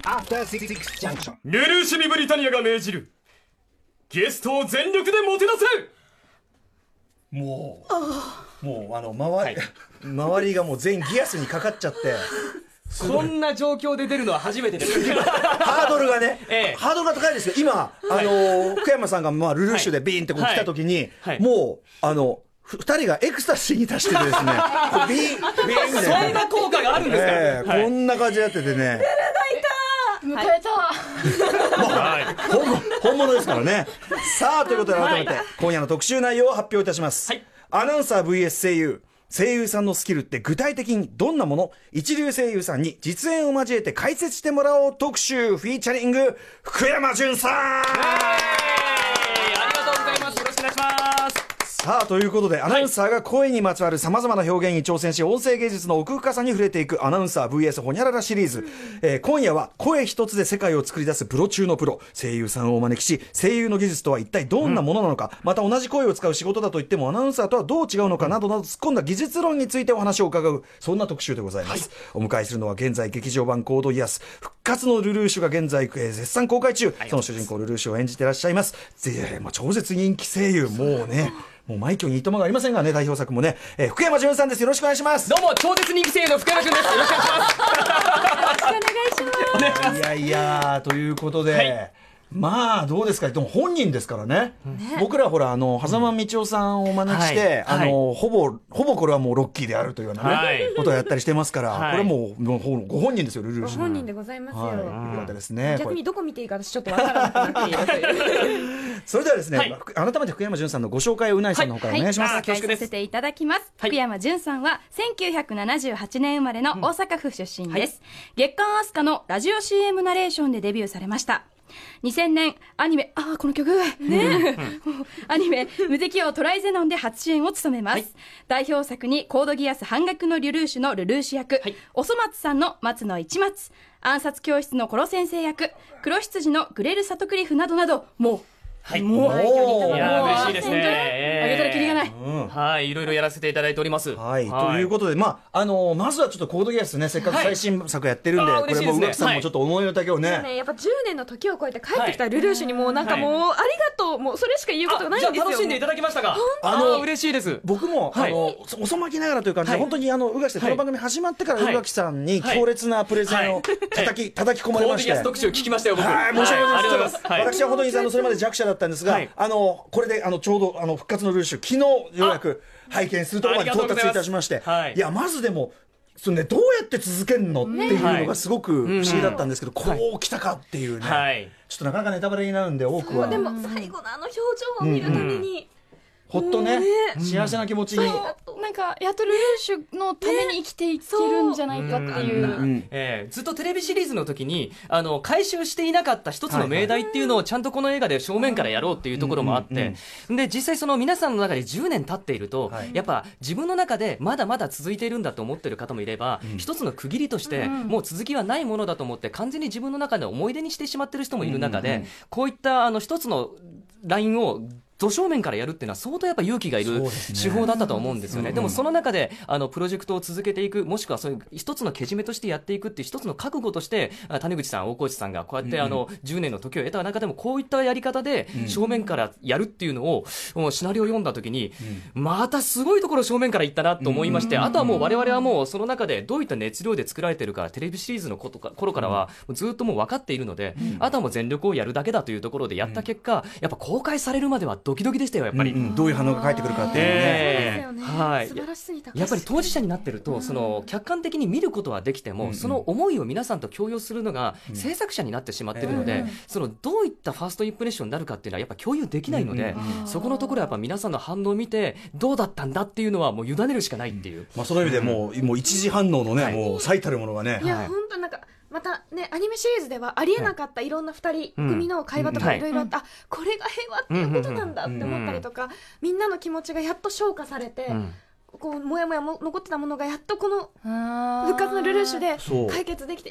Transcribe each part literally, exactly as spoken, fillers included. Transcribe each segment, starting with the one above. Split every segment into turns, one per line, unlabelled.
アフターシックスジャンクション。
ルルーシュビブリタニアが命じるゲストを全力でもてなせ。
もうもうあの周り、はい、周りがもう全員ギアスにかかっちゃって
こんな状況で出るのは初めてです
ハードルがね、
ええ、
ハードルが高いですけど今、はい、あの福山さんがまあルルーシュでビーンってこう来た時に、はいはい、もうあのふたりがエクスタシーに達しててですねビーンビーンで
そんな効果があるんですか、
えーはい、こんな感じでやっててね
迎えた、
はい、本物ですからね。さあということで改めて、はい、今夜の特集内容を発表いたします、はい、アナウンサー ブイエス 声優。声優さんのスキルって具体的にどんなもの？一流声優さんに実演を交えて解説してもらおう特集フィーチャリング福山潤さん。あ
りがとうございます。よろしくお願いします。
さあということでアナウンサーが声にまつわるさまざまな表現に挑戦し音声芸術の奥深さに触れていくアナウンサー ブイエス ホニャララシリーズ、えー、今夜は声一つで世界を作り出すプロ中のプロ声優さんをお招きし声優の技術とは一体どんなものなのか、うん、また同じ声を使う仕事だといってもアナウンサーとはどう違うのかなどなど突っ込んだ技術論についてお話を伺うそんな特集でございます、はい、お迎えするのは現在劇場版コードギアス復活のルルーシュが現在、えー、絶賛公開中、はい、その主人公ルルーシュを演じていらっしゃいます、えーまあ、超絶人気声優もうねもう枚挙にいとまがありませんがね代表作もね、えー、福山潤さんです。よろしくお願いします。
どうも超絶人気声優の福山潤です。よろしくお願いしますよろしくお願いします
いやいやということで、はい、まあどうですか。でも本人ですからね、ね僕らほらあの狭間道夫さんをお招きして、うんはい、あの、はい、ほぼほぼこれはもうロッキーであるというようなね、はい、ことをやったりしてますから、はい、これもうもうご本人ですよルルーシュ。
ご本人でございますよ、はい、
よかったですね。
逆にどこ見ていいか私ちょっとわからなくなっているという
それではですね、はい、改めて福山潤さんのご紹介をうないさんの方からお願いします。
はい、はい、紹介させていただきます、はい、福山潤さんはせんきゅうひゃくななじゅうはちねん生まれの大阪府出身です、うんはい、月刊アスカのラジオ シーエム ナレーションでデビューされました。にせんねんアニメあーこの曲ねアニメ無敵王トライゼノンで初主演を務めます、はい、代表作にコードギアス半額のルルーシュのルルーシュ役、はい、おそ松さんの松野一松暗殺教室のコロ先生役黒羊のグレル・サトクリフなどなどもう
はい、
もう
いや嬉しいですね。
あげたらキリがない、
うん、はいいろいろやらせていただいております。
はい、はい、ということでまああのー、まずはちょっとコードギアスねせっかく最新作やってるんで、はい、これも宇垣さんもちょっと思いの丈をね、はい、
ねやっぱじゅうねんの時を超えて帰ってきたルルーシュにもうなんかもう、はい、ありがとうもうそれしか言うことがないんですよ。
じゃあ楽しんでいただきましたか。
あの
嬉しいです。
僕も、はい、あの遅まきながらという感じで、はい、本当にあの宇垣さん、はい、この番組始まってから宇垣さんに強烈なプレゼンを叩き、はい、叩き込まれまして、
コードギアス特集聞きましたよ僕。
はい申し訳ございません。私は本当にあのそれまで弱者だったんですが、はい、あのこれであのちょうどあの復活のルーシュ昨日ようやく拝見するところまで到達いたしまして、はい、いやまずでもその、ね、どうやって続けるのっていうのがすごく不思議だったんですけど、ねはい、こう来たかっていうね、はい、ちょっとなかなかネタバレになるんで多くは
でも最後のあの表情を見るために、うんうん
ほっとね、幸せな気持ちに
なんかやっとルルーシュのために生きていけるんじゃないかっていう、
ねえー、ずっとテレビシリーズの時にあの回収していなかった一つの命題っていうのをちゃんとこの映画で正面からやろうっていうところもあって、で実際その皆さんの中でじゅうねん経っていると、はい、やっぱ自分の中でまだまだ続いているんだと思っている方もいれば、うん、一つの区切りとしてもう続きはないものだと思って完全に自分の中で思い出にしてしまっている人もいる中で、うんうん、こういったあの一つのラインをど正面からやるっていうのは相当やっぱ勇気がいる手法だったと思うんですよね。でもその中であのプロジェクトを続けていくもしくはそういう一つのけじめとしてやっていくっていう一つの覚悟として谷口さん大河内さんがこうやってあのじゅうねんの時を得た中でもこういったやり方で正面からやるっていうのをもうシナリオを読んだ時にまたすごいところ正面からいったなと思いまして、あとはもう我々はもうその中でどういった熱量で作られているかテレビシリーズのことか頃からはずっともう分かっているので、あとはもう全力をやるだけだというところでやった結果やっぱ公開されるまではドキドキでしたよやっぱり。うん
うん、どういう反応が返ってくるかっていうね、
えーはい、やっぱり当事者になってるとその客観的に見ることはできても、うんうん、その思いを皆さんと共有するのが制作者になってしまっているので、うん、そのどういったファーストインプレッションになるかっていうのはやっぱ共有できないので、うんうん、そこのところはやっぱ皆さんの反応を見てどうだったんだっていうのはもう委ねるしかないっていう、うん
まあ、その意味でもう、うん、もう一次反応のね、はい、もう最たるものがね、
いや、はい、本当なんかまたねアニメシリーズではありえなかったいろんなふたり組の会話とかいろいろあって、うん、あこれが平和っていうことなんだって思ったりとか、うん、みんなの気持ちがやっと消化されて、うん、こうもやもやも残ってたものがやっとこの復活のルルーシュで解決できてよかった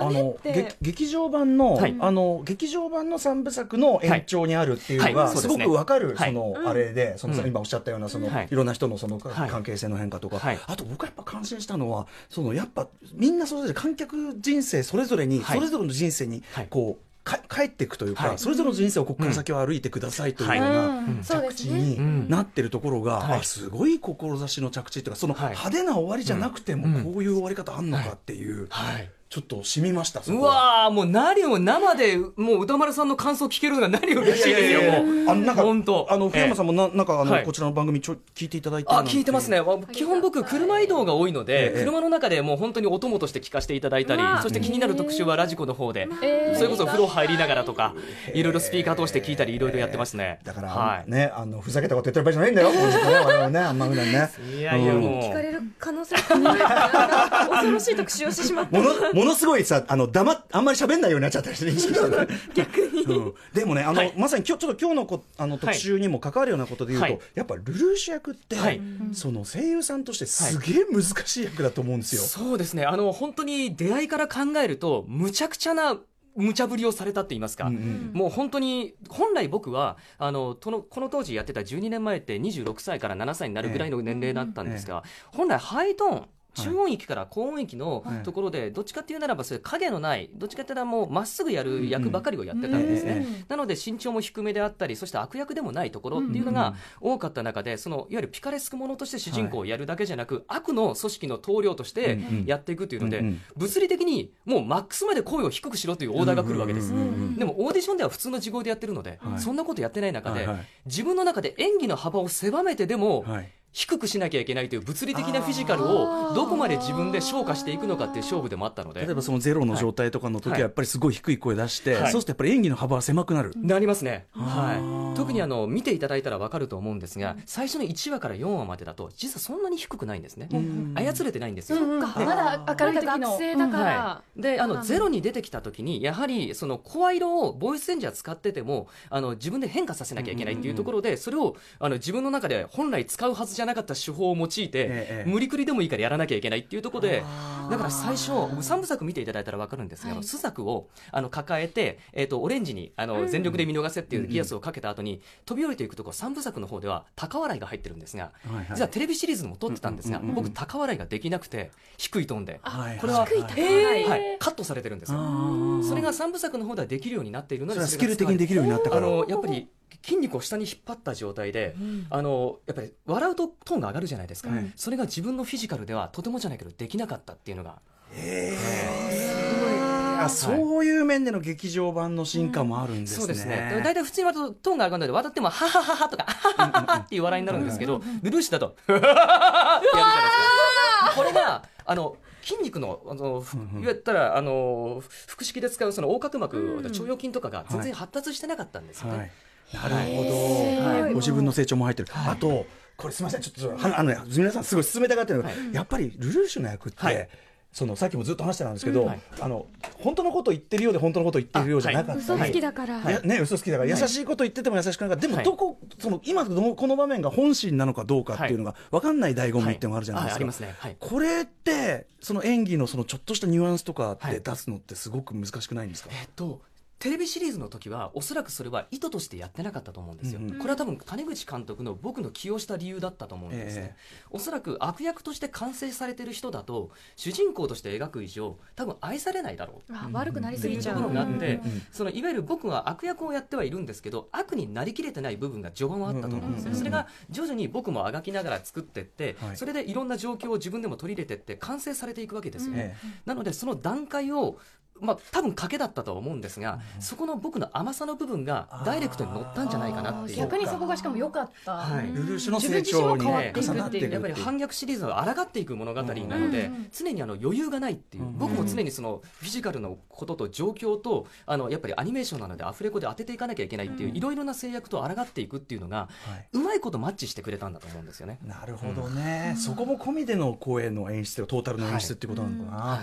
あのげ劇場版の、はい、あの劇場版の三部作の延長にあるっていうのが、はいはい、すごくわかる、はい、その、はい、あれで、その、うん、今おっしゃったようなその、はい、いろんな人のその関係性の変化とか、はい、あと僕はやっぱ感心したのはそのやっぱみんなそれぞれ観客人生それぞれに、はい、それぞれの人生にこう、か帰っていくというか、はい、それぞれの人生をここから先は歩いてくださいというような着地になってるところが、はい、あすごい志の着地というかその派手な終わりじゃなくてもこういう終わり方あんのかっていう、はいはい、ちょっと染みました。
うわーもう何を生でもう歌丸さんの感想聞けるのが何より嬉しいですよ。もうあのなんか
本当あの福山さんもななんかあの、はい、こちらの番組ちょ聞いていただいて
あ聞いてますね。基本僕車移動が多いので、えー、車の中でもう本当にお供として聞かせていただいたり、そして気になる特集はラジコの方で、えー、それこそ風呂入りながらとか、えー、いろいろスピーカー通して聞いたりいろいろやってますね。
だから、はい、ねあのふざけたこと言ってる場合じゃないんだよ。我々ねあんま普段ね。
いやいやもう
聞かれる可能性が恐ろしい特集をしてしまった。
ものものすごいさあの黙っあんまり喋んないようになっちゃったりして認識したね
逆に、
うん、でもねあの、はい、まさに今日ちょっと今日のこあの特集にも関わるようなことで言うと、はい、やっぱルルーシュ役って、はい、その声優さんとしてすげえ難しい役だと思うんですよ、はい、
そうですねあの本当に出会いから考えるとむちゃくちゃな無茶ぶりをされたって言いますか、うんうん、もう本当に本来僕はあのこのこの当時やってたじゅうにねんまえってにじゅうろくさいからななさいになるぐらいの年齢だったんですが、ええ、本来ハイトーン中音域から高音域のところでどっちかっていうならばそれ影のないどっちかっていうともうまっすぐやる役ばかりをやってたんですね、うんうん、なので身長も低めであったりそして悪役でもないところっていうのが多かった中でそのいわゆるピカレスクものとして主人公をやるだけじゃなく、はい、悪の組織の棟梁としてやっていくというので、うんうん、物理的にもうマックスまで声を低くしろというオーダーが来るわけです、うんうんうん、でもオーディションでは普通の時号でやってるので、はい、そんなことやってない中で、はいはい、自分の中で演技の幅を狭めてでも、はい低くしなきゃいけないという物理的なフィジカルをどこまで自分で昇華していくのかっていう勝負でもあったので、
例えばそのゼロの状態とかの時はやっぱりすごい低い声出して、はい、そうするとやっぱり演技の幅は狭くなる
なりますね、はい、特にあの見ていただいたら分かると思うんですが最初のいちわからよんわまでだと実はそんなに低くないんですね、操れてないんですよ、
うんうん、まだ明るい学生だから、
はい、であのゼロに出てきた時にやはりその声色をボイスチェンジャー使っててもあの自分で変化させなきゃいけないっていうところでそれをあの自分の中で本来使うはずじゃなかった手法を用いて、ええ、無理くりでもいいからやらなきゃいけないっていうところでだから最初さんぶさく見ていただいたら分かるんですが、はい、スザクをあの抱えて、えー、とオレンジにあの全力で見逃せっていうギアスをかけた後に、うん、飛び降りていくところさんぶさくの方では高笑いが入ってるんですが、はいはい、実はテレビシリーズでも撮ってたんですが、うんうんうん、僕高笑いができなくて低いトーンで、はい、これは、
低い高笑い、
はい、カットされてるんですよ。それがさんぶさくの方ではできるようになっているので
それはスキル的にできるようになったから
あのやっぱり筋肉を下に引っ張った状態で、うん、あのやっぱり笑うとトーンが上がるじゃないですか、うん、それが自分のフィジカルではとてもじゃないけどできなかったっていうのが
へー、すごい、そういう面での劇場版の進化もあるんですね、うん、そうですね。
だいたい普通に笑うとトーンが上がるので笑ってもハハハハとかハハハハっていう笑いになるんですけど、ルルーシュだとハハハハってやるじゃないですか。これがあの筋肉のあの言ったらあの腹式で使うその横隔膜、腸腰筋とかが全然発達してなかったんですよね、はい
はい、なるほど、はい、ご自分の成長も入ってる、はい、あとこれすみませんちょっとあの、ね、皆さんすごい進めたがってるのが、はい、やっぱりルルーシュの役って、はい、そのさっきもずっと話してたんですけど、うんはい、あの本当のことを言ってるようで本当のことを言ってるようじゃなかったり、
はい、嘘つきだから、
はい、ね、嘘つきだから、はい、優しいこと言ってても優しくないから、でもどこ、はい、その今のこの場面が本心なのかどうかっていうのが分かんない醍醐味っていうのがあるじゃないですか、はいはい、ありますね、はい、これってその演技のそのちょっとしたニュアンスとかって出すのってすごく難しくないんですか？
えっとテレビシリーズの時はおそらくそれは意図としてやってなかったと思うんですよ、うんうん、これは多分谷口監督の僕の起用した理由だったと思うんですね、えー、おそらく悪役として完成されてる人だと主人公として描く以上多分愛されないだろう、
あ、悪くなりすぎちゃう
というところがあって、うんうん、そのいわゆる僕は悪役をやってはいるんですけど悪になりきれてない部分が序盤はあったと思うんですよ、うんうんうん、それが徐々に僕もあがきながら作っていって、はい、それでいろんな状況を自分でも取り入れていって完成されていくわけですよね、うんうん、なのでその段階をまあ、多分賭けだったとは思うんですが、うん、そこの僕の甘さの部分がダイレクトに乗ったんじゃないかなっていう。
逆にそこがしかも良かった、
はい、
ルルーシュの成長に、ね、
重なっていくっていうやっぱり反逆シリーズは抗っていく物語なので、うん、常にあの余裕がないっていう、うん、僕も常にそのフィジカルのことと状況とあのやっぱりアニメーションなのでアフレコで当てていかなきゃいけないっていういろいろな制約と抗っていくっていうのが、うん、うまいことマッチしてくれたんだと思うんですよね。
なるほどね、うん、そこも込みでの声の演出トータルの演出っていうことなのかな、はいはい、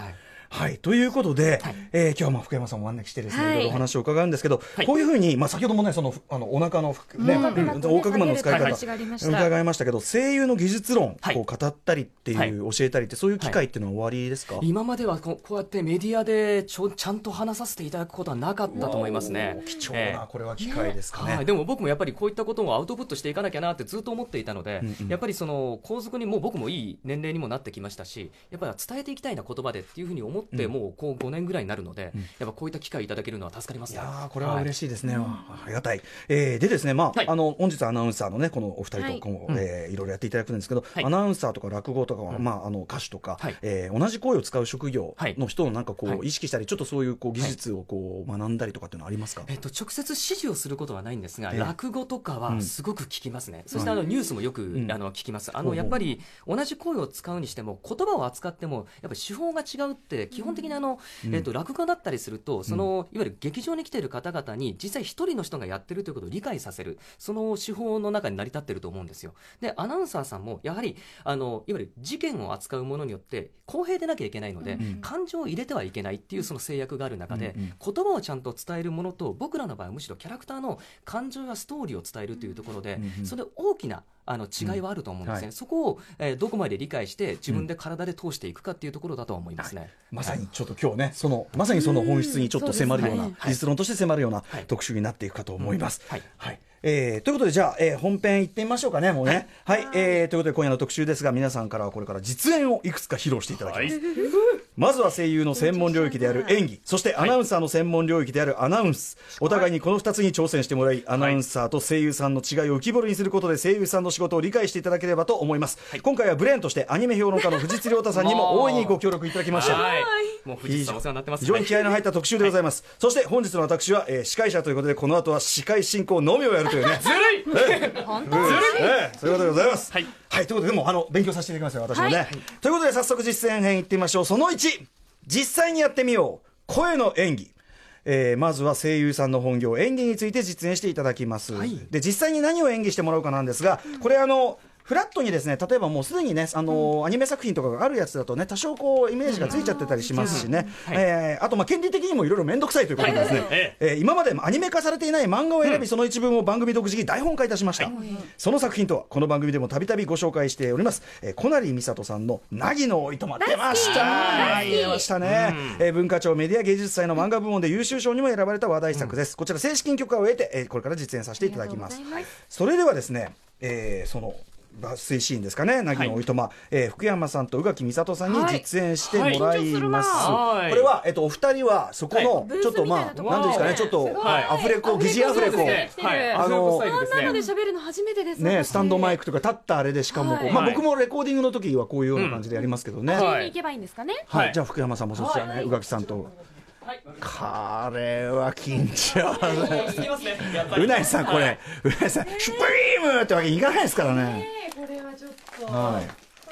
はい、ということで、
はい、
えー、今日はまあ福山さんをお招きしてですね、はい、いろいろお話を伺うんですけど、
はい、
こういうふうに、まあ、先ほどもねそのあのお腹の、ね、横隔膜の使い方、はい、伺いましたけど、声優の技術論、はい、こう語ったりっていう、はい、教えたりってそういう機会っていうのは終わりですか？はい、
今まではこう、こうやってメディアでちょちゃんと話させていただくことはなかったと思いますね。
貴重な、えー、これは機会ですかね。
はい、でも僕もやっぱりこういったことをアウトプットしていかなきゃなってずっと思っていたので、うんうん、やっぱりその皇族にもう僕もいい年齢にもなってきましたし、やっぱり伝えていきたいな言葉でっていうふうに思って、うん、もうこうごねんぐらいになるので、うん、やっぱこういった機会いただけるのは助かりますね。
いやこれは嬉しいですね、はい、ありがたい、えー、でですね、まあはい、あの本日アナウンサーのねこのお二人とこう、はいえー、いろいろやっていただくんですけど、はい、アナウンサーとか落語とか、うんまあ、あの歌手とか、はいえー、同じ声を使う職業の人のなんかこう、はい、意識したりちょっとそういうこう技術をこう学んだりとかっていうのはありますか？
えっと、直接指示をすることはないんですが、えー、落語とかはすごく聞きますね、うん、そしてあのニュースもよく、うん、あの聞きます。あのやっぱり同じ声を使うにしても言葉を扱ってもやっぱり手法が違うって基本的にあの、うんえっと、落語だったりするとそのいわゆる劇場に来ている方々に実際一人の人がやってるということを理解させるその手法の中に成り立っていると思うんですよ。でアナウンサーさんもやはりあのいわゆる事件を扱うものによって公平でなきゃいけないので、うん、感情を入れてはいけないっていうその制約がある中で、うんうん、言葉をちゃんと伝えるものと僕らの場合はむしろキャラクターの感情やストーリーを伝えるというところで、うんうん、それ大きなあの違いはあると思うんですね、うんはい、そこを、えー、どこまで理解して自分で体で通していくかっていうところだと思いますね、
うん、まさにちょっと今日ねそのまさにその本質にちょっと迫るような、う技術論として迫るような特集になっていくかと思います、はいはいはいえー、ということでじゃあ、えー、本編行ってみましょうかねもうねはい、はいえー、ということで今夜の特集ですが皆さんからはこれから実演をいくつか披露していただきます、はい、まずは声優の専門領域である演技そしてアナウンサーの専門領域であるアナウンス、はい、お互いにこのふたつに挑戦してもらいアナウンサーと声優さんの違いを浮き彫りにすることで声優さんの仕事を理解していただければと思います、はい、今回はブレーンとしてアニメ評論家の藤津亮太さんにも大いにご協力いただきました
はいもう藤津さんお世話になってます、ね、
非常に気合いの入った特集でございます、はい、そして本日の私は、えー、司会者ということでこの後は司会進行のみをやるというね
ずるい
本当ずるい、
えー、そういうことでございます、はいはい、ということででもあの勉強させていただきますよ私もね、はい、ということで早速実践編いってみましょう。そのいち実際にやってみよう声の演技、えー、まずは声優さんの本業演技について実演していただきます、はい、で実際に何を演技してもらうかなんですがこれあのフラットにですね例えばもうすでにねあのーうん、アニメ作品とかがあるやつだとね多少こうイメージがついちゃってたりしますしね、うんはいえー、あとまあ権利的にもいろいろ面倒くさいということでですね、はいえー、今までアニメ化されていない漫画を選び、うん、その一文を番組独自に台本化いたしました、はい、その作品とはこの番組でもたびたびご紹介しております、えー、小成美里さんの凪のおいとま出ました出ましたね、うんえー、文化庁メディア芸術祭の漫画部門で優秀賞にも選ばれた話題作です、うん、こちら正式に許可を得て、えー、これから実演させていただきます。それではですね、えー、その抜粋シーンですかね凪のおいとま、はいえー、福山さんと宇垣美里さんに実演してもらいます、はいはい、これは、えっと、お二人はそこの、はい、ちょっとまあ何ですかねちょっとアフレコ疑似アフレコ、
ねはい、あのこんなので喋るの初めてです
ねスタンドマイクとか立ったあれでしかもこう、はいまあ、僕もレコーディングの時はこういうような感じでやりますけどね、
うん、はい、行けばいいんですかね、
はいはい、じゃあ福山さんもそちらね、はい、宇垣さんとはい、彼は緊張うないさんこれうないさんシュプリームってわけにいかないですからね、
えー、これはちょっと、
はい、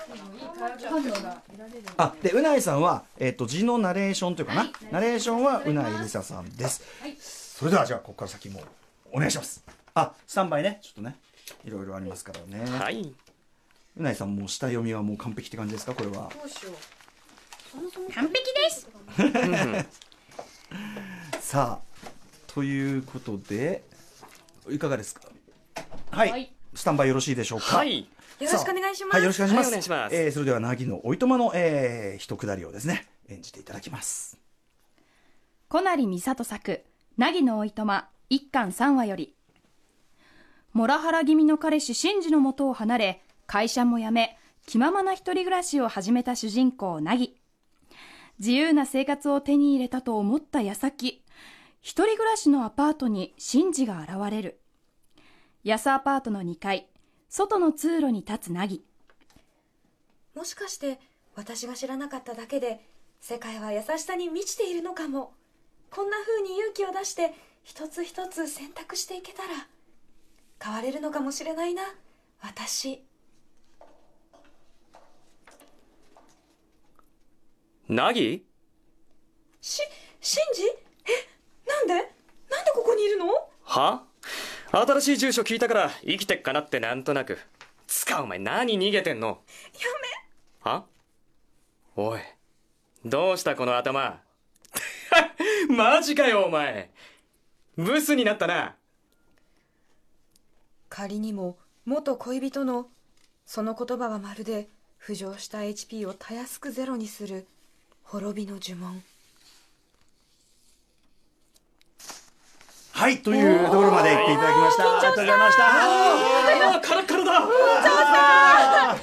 あでうないさんは、えー、と字のナレーションというかな、はい、ナレーションはうないりささんです、はい、それではじゃあここから先もお願いします。あスタンバイねちょっとねいろいろありますからね、はい、うないさんもう下読みはもう完璧って感じですかこれは。
どうしよ
う完璧です
さあということでいかがですか。はい、はい、スタンバイよろしいでしょうか。
はい
よろしくお願いします。
はいよろしくお願いします。
はい、お願いします。
えー、それでは凪のおいとまの、えー、一くだりをですね演じていただきます。
小成美里作凪のおいとま一巻三話より。モラハラ気味の彼氏真治の元を離れ会社も辞め気ままな一人暮らしを始めた主人公凪。自由な生活を手に入れたと思った矢先一人暮らしのアパートに真治が現れる。安アパートのにかい外の通路に立つ凪。
もしかして私が知らなかっただけで世界は優しさに満ちているのかも。こんな風に勇気を出して一つ一つ選択していけたら変われるのかもしれないな私。
凪？
し、シンジ？え、なんで？なんでここにいるの？
は？新しい住所聞いたから生きてっかなってなんとなく。つかお前何逃げてんの？
やめ。
は？おい、 どうしたこの頭。マジかよお前。ブスになったな。
仮にも元恋人のその言葉はまるで浮上した エイチピー をたやすくゼロにする滅びの呪文。
はい、というところまで言っていただきました。ありがとうございました。
あーカラッカラだ。
はい、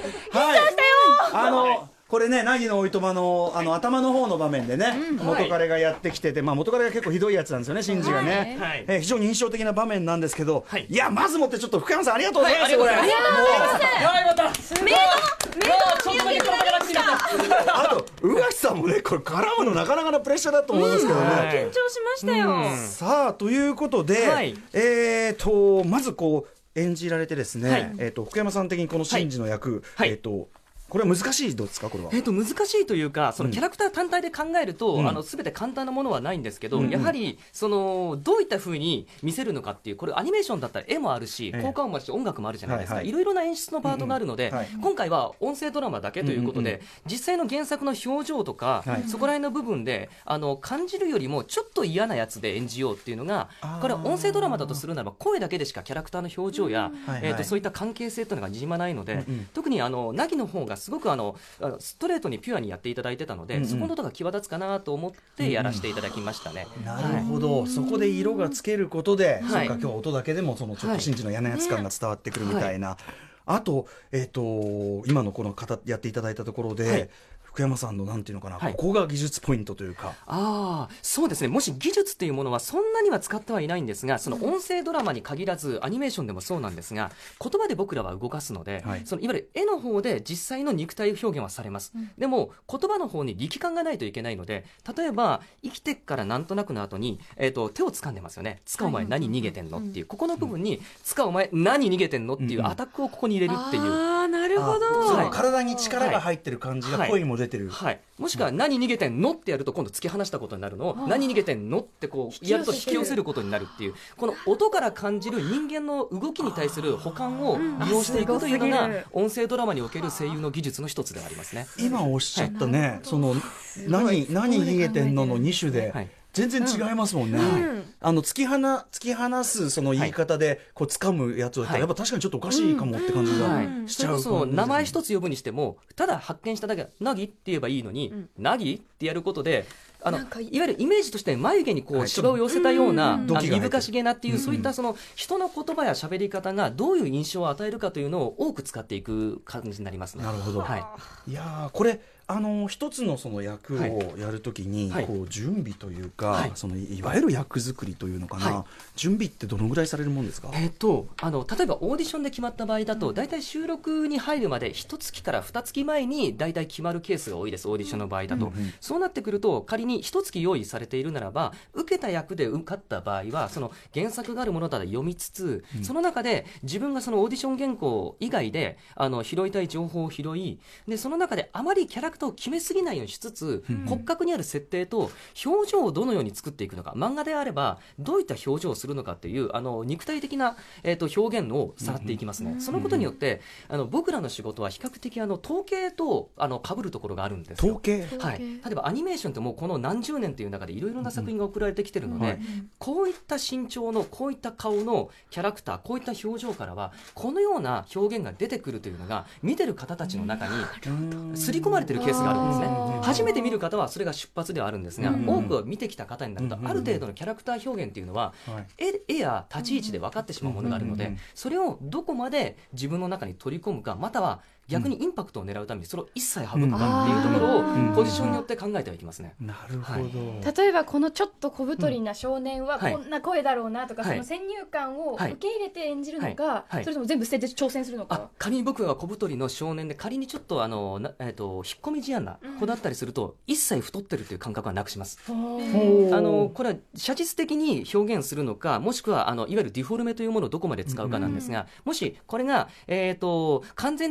あのこれね、凪のおいとまのあの頭の方の場面でね、元彼がやってきてて、まあ元彼が結構ひどいやつなんですよね、シンジがね、
はい
えー非常に印象的な場面なんですけど、
はい
いやまずもってちょっと福山さんありがとうございます。
はいありがとうございます
これ
やばいまた。メイドメイドちょっとだけ体が楽になった。
あと宇垣さんもね、これ絡むのなかなかなプレッシャーだと思いますけどね。
はい
緊張しましたよ、
さあということで、
はい
えーとまずこう演じられてですね、
はい
えーと福山さん的にこのシンジの役、
はい
えーとこれは難しいですか、これは。
えー、と難しいというか、そのキャラクター単体で考えると、
うん
あの全て簡単なものはないんですけど、
うんうん
やはりそのどういった風に見せるのかっていう、これアニメーションだったら絵もあるし、
ええ
効果音もあるし、音楽もあるじゃないですか、
はいはい
いろいろな演出のパートがあるので、
うんうんはい
今回は音声ドラマだけということで、
うんうん
実際の原作の表情とか、
はい
そこら辺の部分であの感じるよりもちょっと嫌なやつで演じようっていうのが、
あー
これは音声ドラマだとするならば声だけでしかキャラクターの表情や、
はいはい
えー、とそういった関係性というのがにじまないので、
うんうん
特にあの凪の方がすごくあのあのストレートにピュアにやっていただいてたので、
うんうん
そこのことが際立つかなと思ってやらせていただきましたね。
なるほど、そこで色がつけることで、
はい
そうか、今日音だけでもそのちょっ
はい
とシンジの嫌なやつ感が伝わってくるみたいな、あと、えー、と今のこの方やっていただいたところで、
はい
福山さんのなんていうのかな、
はい
ここが技術ポイントというか。
ああ、そうですね。もし技術っていうものはそんなには使ってはいないんですが、その音声ドラマに限らずアニメーションでもそうなんですが、言葉で僕らは動かすので、
はい
そのいわゆる絵の方で実際の肉体表現はされます、でも言葉の方に力感がないといけないので、例えば生きてっからなんとなくの後に、えー、と手を掴んでますよね。つかお前何逃げてんのっていう、ここの部分につかお前何逃げてんのっていうアタックをここに入れるっていう、
ああなるほど、
あそう
はい
体に力が入ってる感じが、
はい
声にも出てる、
はい、もしくは何逃げてんのってやると今度突き放したことになるのを、何逃げてんのってこうやると引き寄せることになるっていう、この音から感じる人間の動きに対する補完を利用していくというのが音声ドラマにおける声優の技術の一つでありますね。
今おっしゃったね、その何何逃げてんののに種で、
はい
全然違いますもんね、あの突き放突き放すその言い方でこう掴むやつをやったら、
はい
やっぱ確かにちょっとおかしいかもって感じが
はい、
しちゃう
それこそ名前一
つ、
つ呼ぶにしてもただ発見しただけ「なぎ」って言えばいいのに「なぎ」ってやることであのいわゆるイメージとして眉毛にこ
はい
う芝を寄せたような、あの
土器が入ってる
いぶかしげなっていう、
うんうん
そういったその人の言葉や喋り方がどういう印象を与えるかというのを多く使っていく感じになりますね。
なるほど、
はい
いやーこれあの一つのその役をやるときに、
はい
こう準備というか、
はい
そのいわゆる役作りというのかな、
はい
準備ってどのぐらいされるもんですか？
えー、とあの例えばオーディションで決まった場合だと大体収録に入るまでいっかげつからにがつまえに大体決まるケースが多いです。オーディションの場合だと、
うんうん
そうなってくると仮にいっかげつ用意されているならば受けた役で受かった場合はその原作があるものだら読みつつ、その中で自分がそのオーディション原稿以外であの拾いたい情報を拾いでその中であまりキャラクターを決めすぎないようにしつつ、骨格にある設定と表情をどのように作っていくのか、漫画であればどういった表情をするのかっていうあの肉体的な、えー、と表現をさらっていきますね、そのことによってあの僕らの仕事は比較的あの統計とあの被るところがあるんですよ。
統計
はい、例えばアニメーションってもうこの何十年という中でいろいろな作品が送られてきてるので、
はい
こういった身長のこういった顔のキャラクターこういった表情からはこのような表現が出てくるというのが見てる方たちの中に刷り込まれてるケースがあるんですね。初めて見る方はそれが出発ではあるんですが、多くを見てきた方になるとある程度のキャラクター表現っていうのは絵絵や立ち位置で分かってしまうものがあるので、それをどこまで自分の中に取り込むか、または逆にインパクトを狙うためにそれを一切省くかっていうところをポジションによって考えてはいきますね。
なるほど、
例えばこのちょっと小太りな少年は
はい
こんな声だろうなとか、
はい
その先入観を
はい
受け入れて演じるのか、
はいはい
それとも全部捨てて挑戦するの
あ
か。
仮に僕が小太りの少年で仮にちょっとあのな、えー、と引っ込み思案な子だったりすると、一切太ってるという感覚はなくします。あのこれは写実的に表現するのか、もしくはあのいわゆるディフォルメというものをどこまで使うかなんですが、もしこれが、えー、と完全中悪の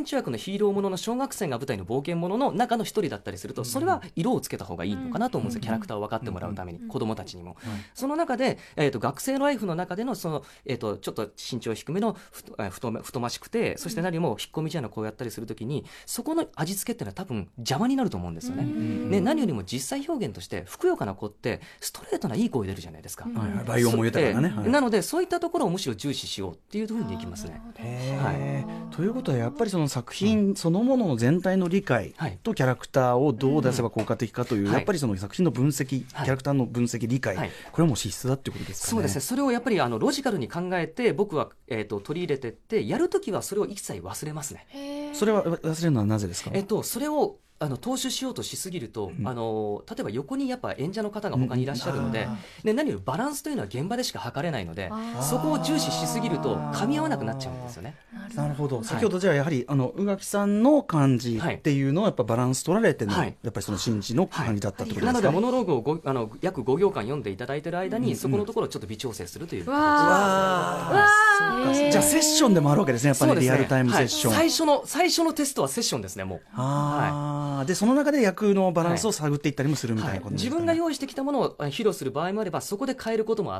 ヒーローものの小学生が舞台の冒険ものの中の一人だったりすると、それは色をつけた方がいいのかなと思うんですよ、キャラクターを分かってもらうために、子どもたちにも。その中で、えー、と学生ライフの中でのその、えー、とちょっと身長低めの太、太め太ましくて、そして何も引っ込み思案のこうやったりするときに、そこの味付けっていうのは多分邪魔になると思うんですよね。ね、何よりも実際表現としてふくよかな子ってストレートないい声出るじゃないですか。
ライオンも豊かなね、はい、
なのでそういったところをむしろ重視しようっていうふうにいきますね。
へー、はい、ということはやっぱりその作品そのものの全体の理解とキャラクターをどう出せば効果的かという、はい、やっぱりその作品の分析、キャラクターの分析理解、はい、これはもう必須だっていうことですかね。
そうですね、それをやっぱりあのロジカルに考えて僕は、えー、と取り入れてってやるときはそれを一切忘れますね。
それは忘れるのはなぜですか。
えっと、それをあの踏襲しようとしすぎると、うん、あの例えば横にやっぱ演者の方が他にいらっしゃるので、うん、で何よりバランスというのは現場でしか測れないので、そこを重視しすぎると噛み合わなくなっちゃうんですよね。
なるほど、先ほどじゃあやはりあの宇垣さんの感じっていうのはやっぱバランス取られての、はい、やっぱりその新地の感じだったってことですか。
なのでモノローグをごあの約ご行間読んでいただいている間に、うん、そこのところをちょっと微調整するという、
わわー、じゃあセッションでもあるわけですね、やっぱり、ね、リアルタイムセッション、
はい、最初の最初のテストはセッションですね。もう
あ、はい、でその中で役のバランスを探っていったりもするみたいなことですかね。
はいはい、自分が用意してきたものを披露する場合もあれば、そこで変えることもあって、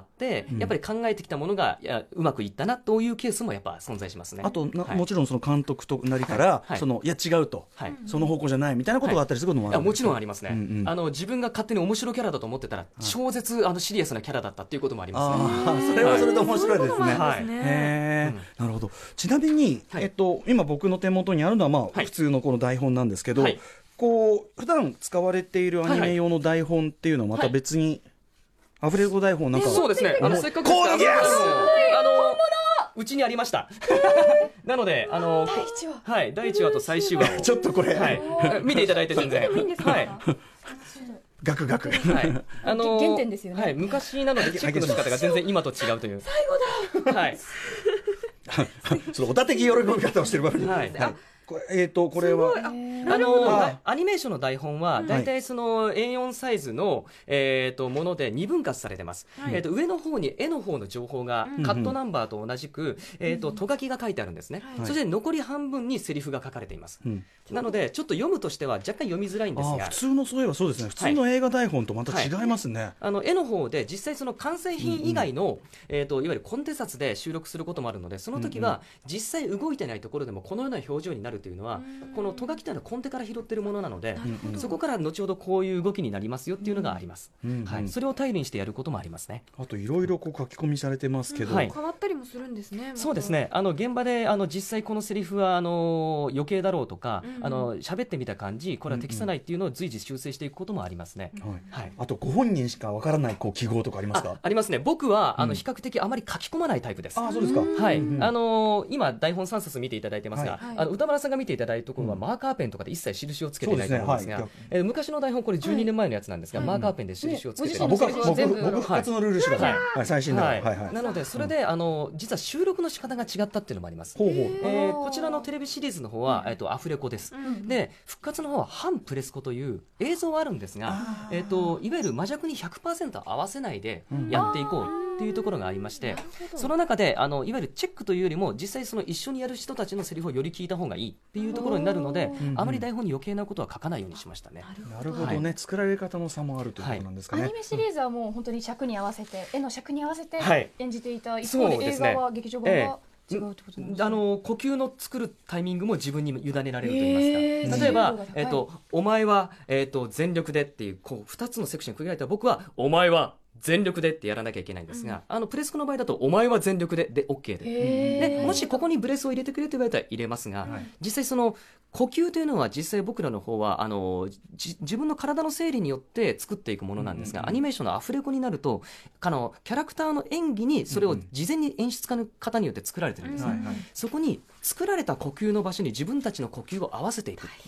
うん、やっぱり考えてきたものがいやうまくいったなというケースもやっぱ存在しますね。
あと、はい、もちろんその監督となりから、はいはい、そのいや違うと、はい、その方向じゃないみたいなことがあったりすることもあるんですか。
はい、もちろんありますね。うんうん、あの自分が勝手に面白キャラだと思ってたら、はい、超絶あのシリアスなキャラだったっていうこともありますね。
あ、それはそれで面白いですね。
はい、
へー、なるほど。ちなみに、はい、えっと、今僕の手元にあるのは、まあはい、普通のこの台本なんですけど、はい、こう普段使われているアニメ用の台本っていうのはまた別に、アフレコ台本なんか、
そうですね、あのせっかくですから、あのうちにありましたなのであの
第一話、
はい、だいいちわと最終話を
ちょっとこれ、
はい、見ていただいて全然
いいんですか。はい、
ガクガク、
はい、あの
原点ですよね。
はい、昔なのでチェックの仕方が全然今と違うという。
最後だ。
はい。
そのおたてき喜び方をしてる場合に、はい、はい、これ、えーと、これは
あのアニメーションの台本はだいたいその エーよん サイズの、えー、とものでにぶん割されてます。はい、えー、と上の方に絵の方の情報がカットナンバーと同じく、うん、えー、とと書きが書いてあるんですね。はい、そして残り半分にセリフが書かれています。はい、なのでちょっと読むとしては若干読みづらいんですが、
あ、普通のそういえばそうですね、普通の映画台本とまた違いますね。はいはい、
あの絵の方で実際その完成品以外の、うんうん、えー、といわゆるコンテ撮で収録することもあるので、その時は実際動いてないところでもこのような表情になるというのは、このトガキというのはコンテから拾っているものなので、そこから後ほどこういう動きになりますよっていうのがあります。うんうん、はい、それを頼りにしてやることもありますね。
あといろいろこう書き込みされてますけど、
はい、変わったりもするんですね。
そうですね、あの現場であの実際このセリフはあの余計だろうとか、うんうん、あの喋ってみた感じこれは適さないっていうのを随時修正していくこともありますね。
うんうん、はいはい、あとご本人しかわからないこう記号とかありますか。
あ, ありますね。僕はあの比較的あまり書き込まないタイプです。
あ、そうですか。
はい、うんうん、あの今台本さんさつ見ていただいてますが、はい、あの歌丸さんが見ていただいたところはマーカーペンとかで一切印をつけていないと思うんですが、そうですね、はい、えー、昔の台本これじゅうにねんまえのやつなんですが、はい、マーカーペンで印をつけて、
ね、僕は僕復活のルール知らない、はいはい、最新の、はいはいはい、
なのでそれで、うん、あの実は収録の仕方が違ったっていうのもあります。ほうほう、えー、こちらのテレビシリーズの方は、えー、とアフレコです。うん、で復活の方は反プレスコという映像はあるんですが、えー、といわゆる魔弱に ひゃくパーセント 合わせないでやっていこうっていうところがありまして、うん、その中であのいわゆるチェックというよりも実際その一緒にやる人たちのセリフをより聞いた方がいいっていうところになるので、あまり台本に余計なことは書かないようにしましたね。
なるほどね、はい、作られ方の差もあるということなんですかね。
アニメシリーズはもう本当に尺に合わせて、絵の尺に合わせて演じていた一方で、映画は劇場版は違うってことですね。
あの呼吸の作るタイミングも自分に委ねられると言いますか、例えば、えー、とお前は、えー、と全力でっていう、こうふたつのセクションに区切られた僕はお前は全力でってやらなきゃいけないんですが、うん、あのプレスコの場合だとお前は全力でで OK で、でもしここにブレスを入れてくれと言われたら入れますが、はい、実際その呼吸というのは実際僕らの方はあの自分の体の整理によって作っていくものなんですが、うんうんうん、アニメーションのアフレコになるとあのキャラクターの演技にそれを事前に演出家の方によって作られてるんですね、うんうん、そこに作られた呼吸の場所に自分たちの呼吸を合わせていく、うん、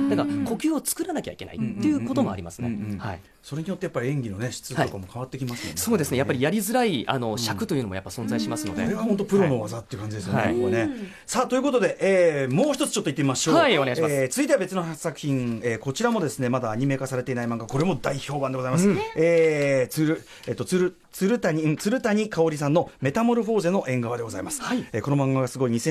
だから呼吸を作らなきゃいけないっていうこともありますね、うんうんうん、はい、
それによってやっぱり演技の、ね、質とかも変わってきますよね、はい、
そうですね、やっぱりやりづらいあの尺というのもやっぱ存在しますので、
これが本当プロの技っていう感じですよね、はい、ここね。さあということで、えー、もう一つちょっと言ってみましょう。
はい、お願いします。
えー、続いては別の作品、えー、こちらもですねまだアニメ化されていない漫画、これも大評判でございます、うん、えー、つる、えっと、つる鶴谷、鶴谷香織さんのメタモルフォーゼの縁側でございます、はい、えー、この漫画がすごいにせんじゅうきゅ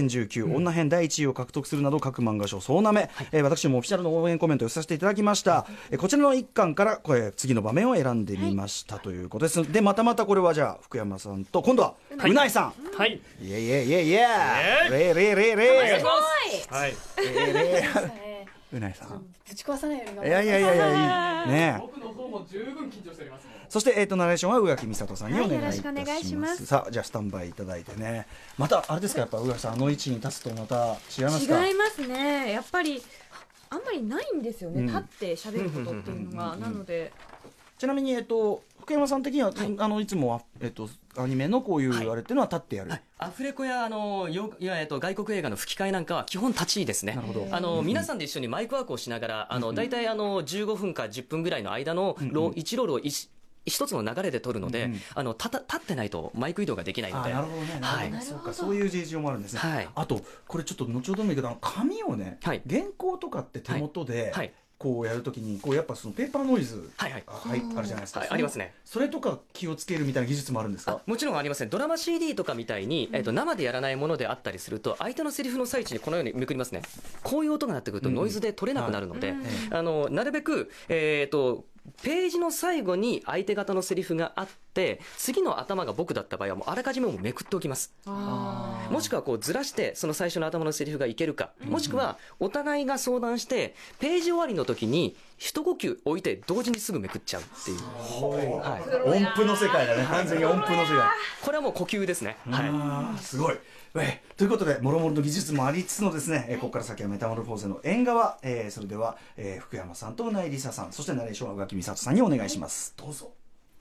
級、女編だいいちいを獲得するなど各漫画賞総なめ、はい、えー、私もオフィシャルの応援コメントを寄せさせていただきました、えー、こちらの一巻からこれ次の場面を選んでみました、はい、ということです。でまたまたこれはじゃあ福山さんと今度はうないさん、
はい、
いやいやいやいやレーレーレーレー
お願いします。はい、
レーうないさん
ぶち壊さないように頑張って。
いやいやいやいやいいね。
僕の方も十分緊張しております、ね、
そして、えー、とナレーションは宇垣美里さんにお願いいたします、
はい、よろしくお願いします。
さあじゃあスタンバイいただいてね、またあれですか、やっぱ宇垣さんあの位置に立つとまた違いますか？
違いますね。やっぱりあんまりないんですよね、うん、立って喋ることっていうのが、なので
ちなみに、えー、と福山さん的には、はい、あのいつもは、えー、とアニメのこういうあれっていうのは立ってやる、はい
はい、アフレコやあのよいや、えっと、外国映画の吹き替えなんかは基本立ちですね。なるほど。あの、うん、皆さんで一緒にマイクワークをしながら、あの、うん、大体あのじゅうごふんかじゅっぷんぐらいの間のロ、うん、いちロールを一一つの流れで撮るので、うん、あのたた立ってないとマイク移動ができないので。
あ、なるほどね、はい、そうか、そういう事情もあるんですね、はい、あとこれちょっと後ほどもいいけど紙をね、はい、原稿とかって手元で、はいはい、こうやるときにこうやっぱそのペーパーノイズ、はいはい、はい、あるじゃないですか、はい、
ありますね。
それとか気をつけるみたいな技術もあるんですか？
もちろんありますね。ドラマ シーディー とかみたいに、えー、と生でやらないものであったりすると、相手のセリフの最中にこのようにめくりますね。こういう音が鳴ってくるとノイズで取れなくなるので、あのなるべく、えーとページの最後に相手方のセリフがあって、次の頭が僕だった場合はもうあらかじめもうめくっておきます。もしくはこうずらしてその最初の頭のセリフがいけるか、もしくはお互いが相談してページ終わりの時に一呼吸置いて同時にすぐめくっちゃうっていう、
はい、音符の世界だね、完全に音符の世界。
これはもう呼吸ですね。
はい、すごい。えということで、もろもろの技術もありつつのですね、えここから先はメタモルフォーゼの縁側、えー、それでは、えー、福山さんとうないりささん、そしてナレーションは宇垣美里さんにお願いします。どうぞ。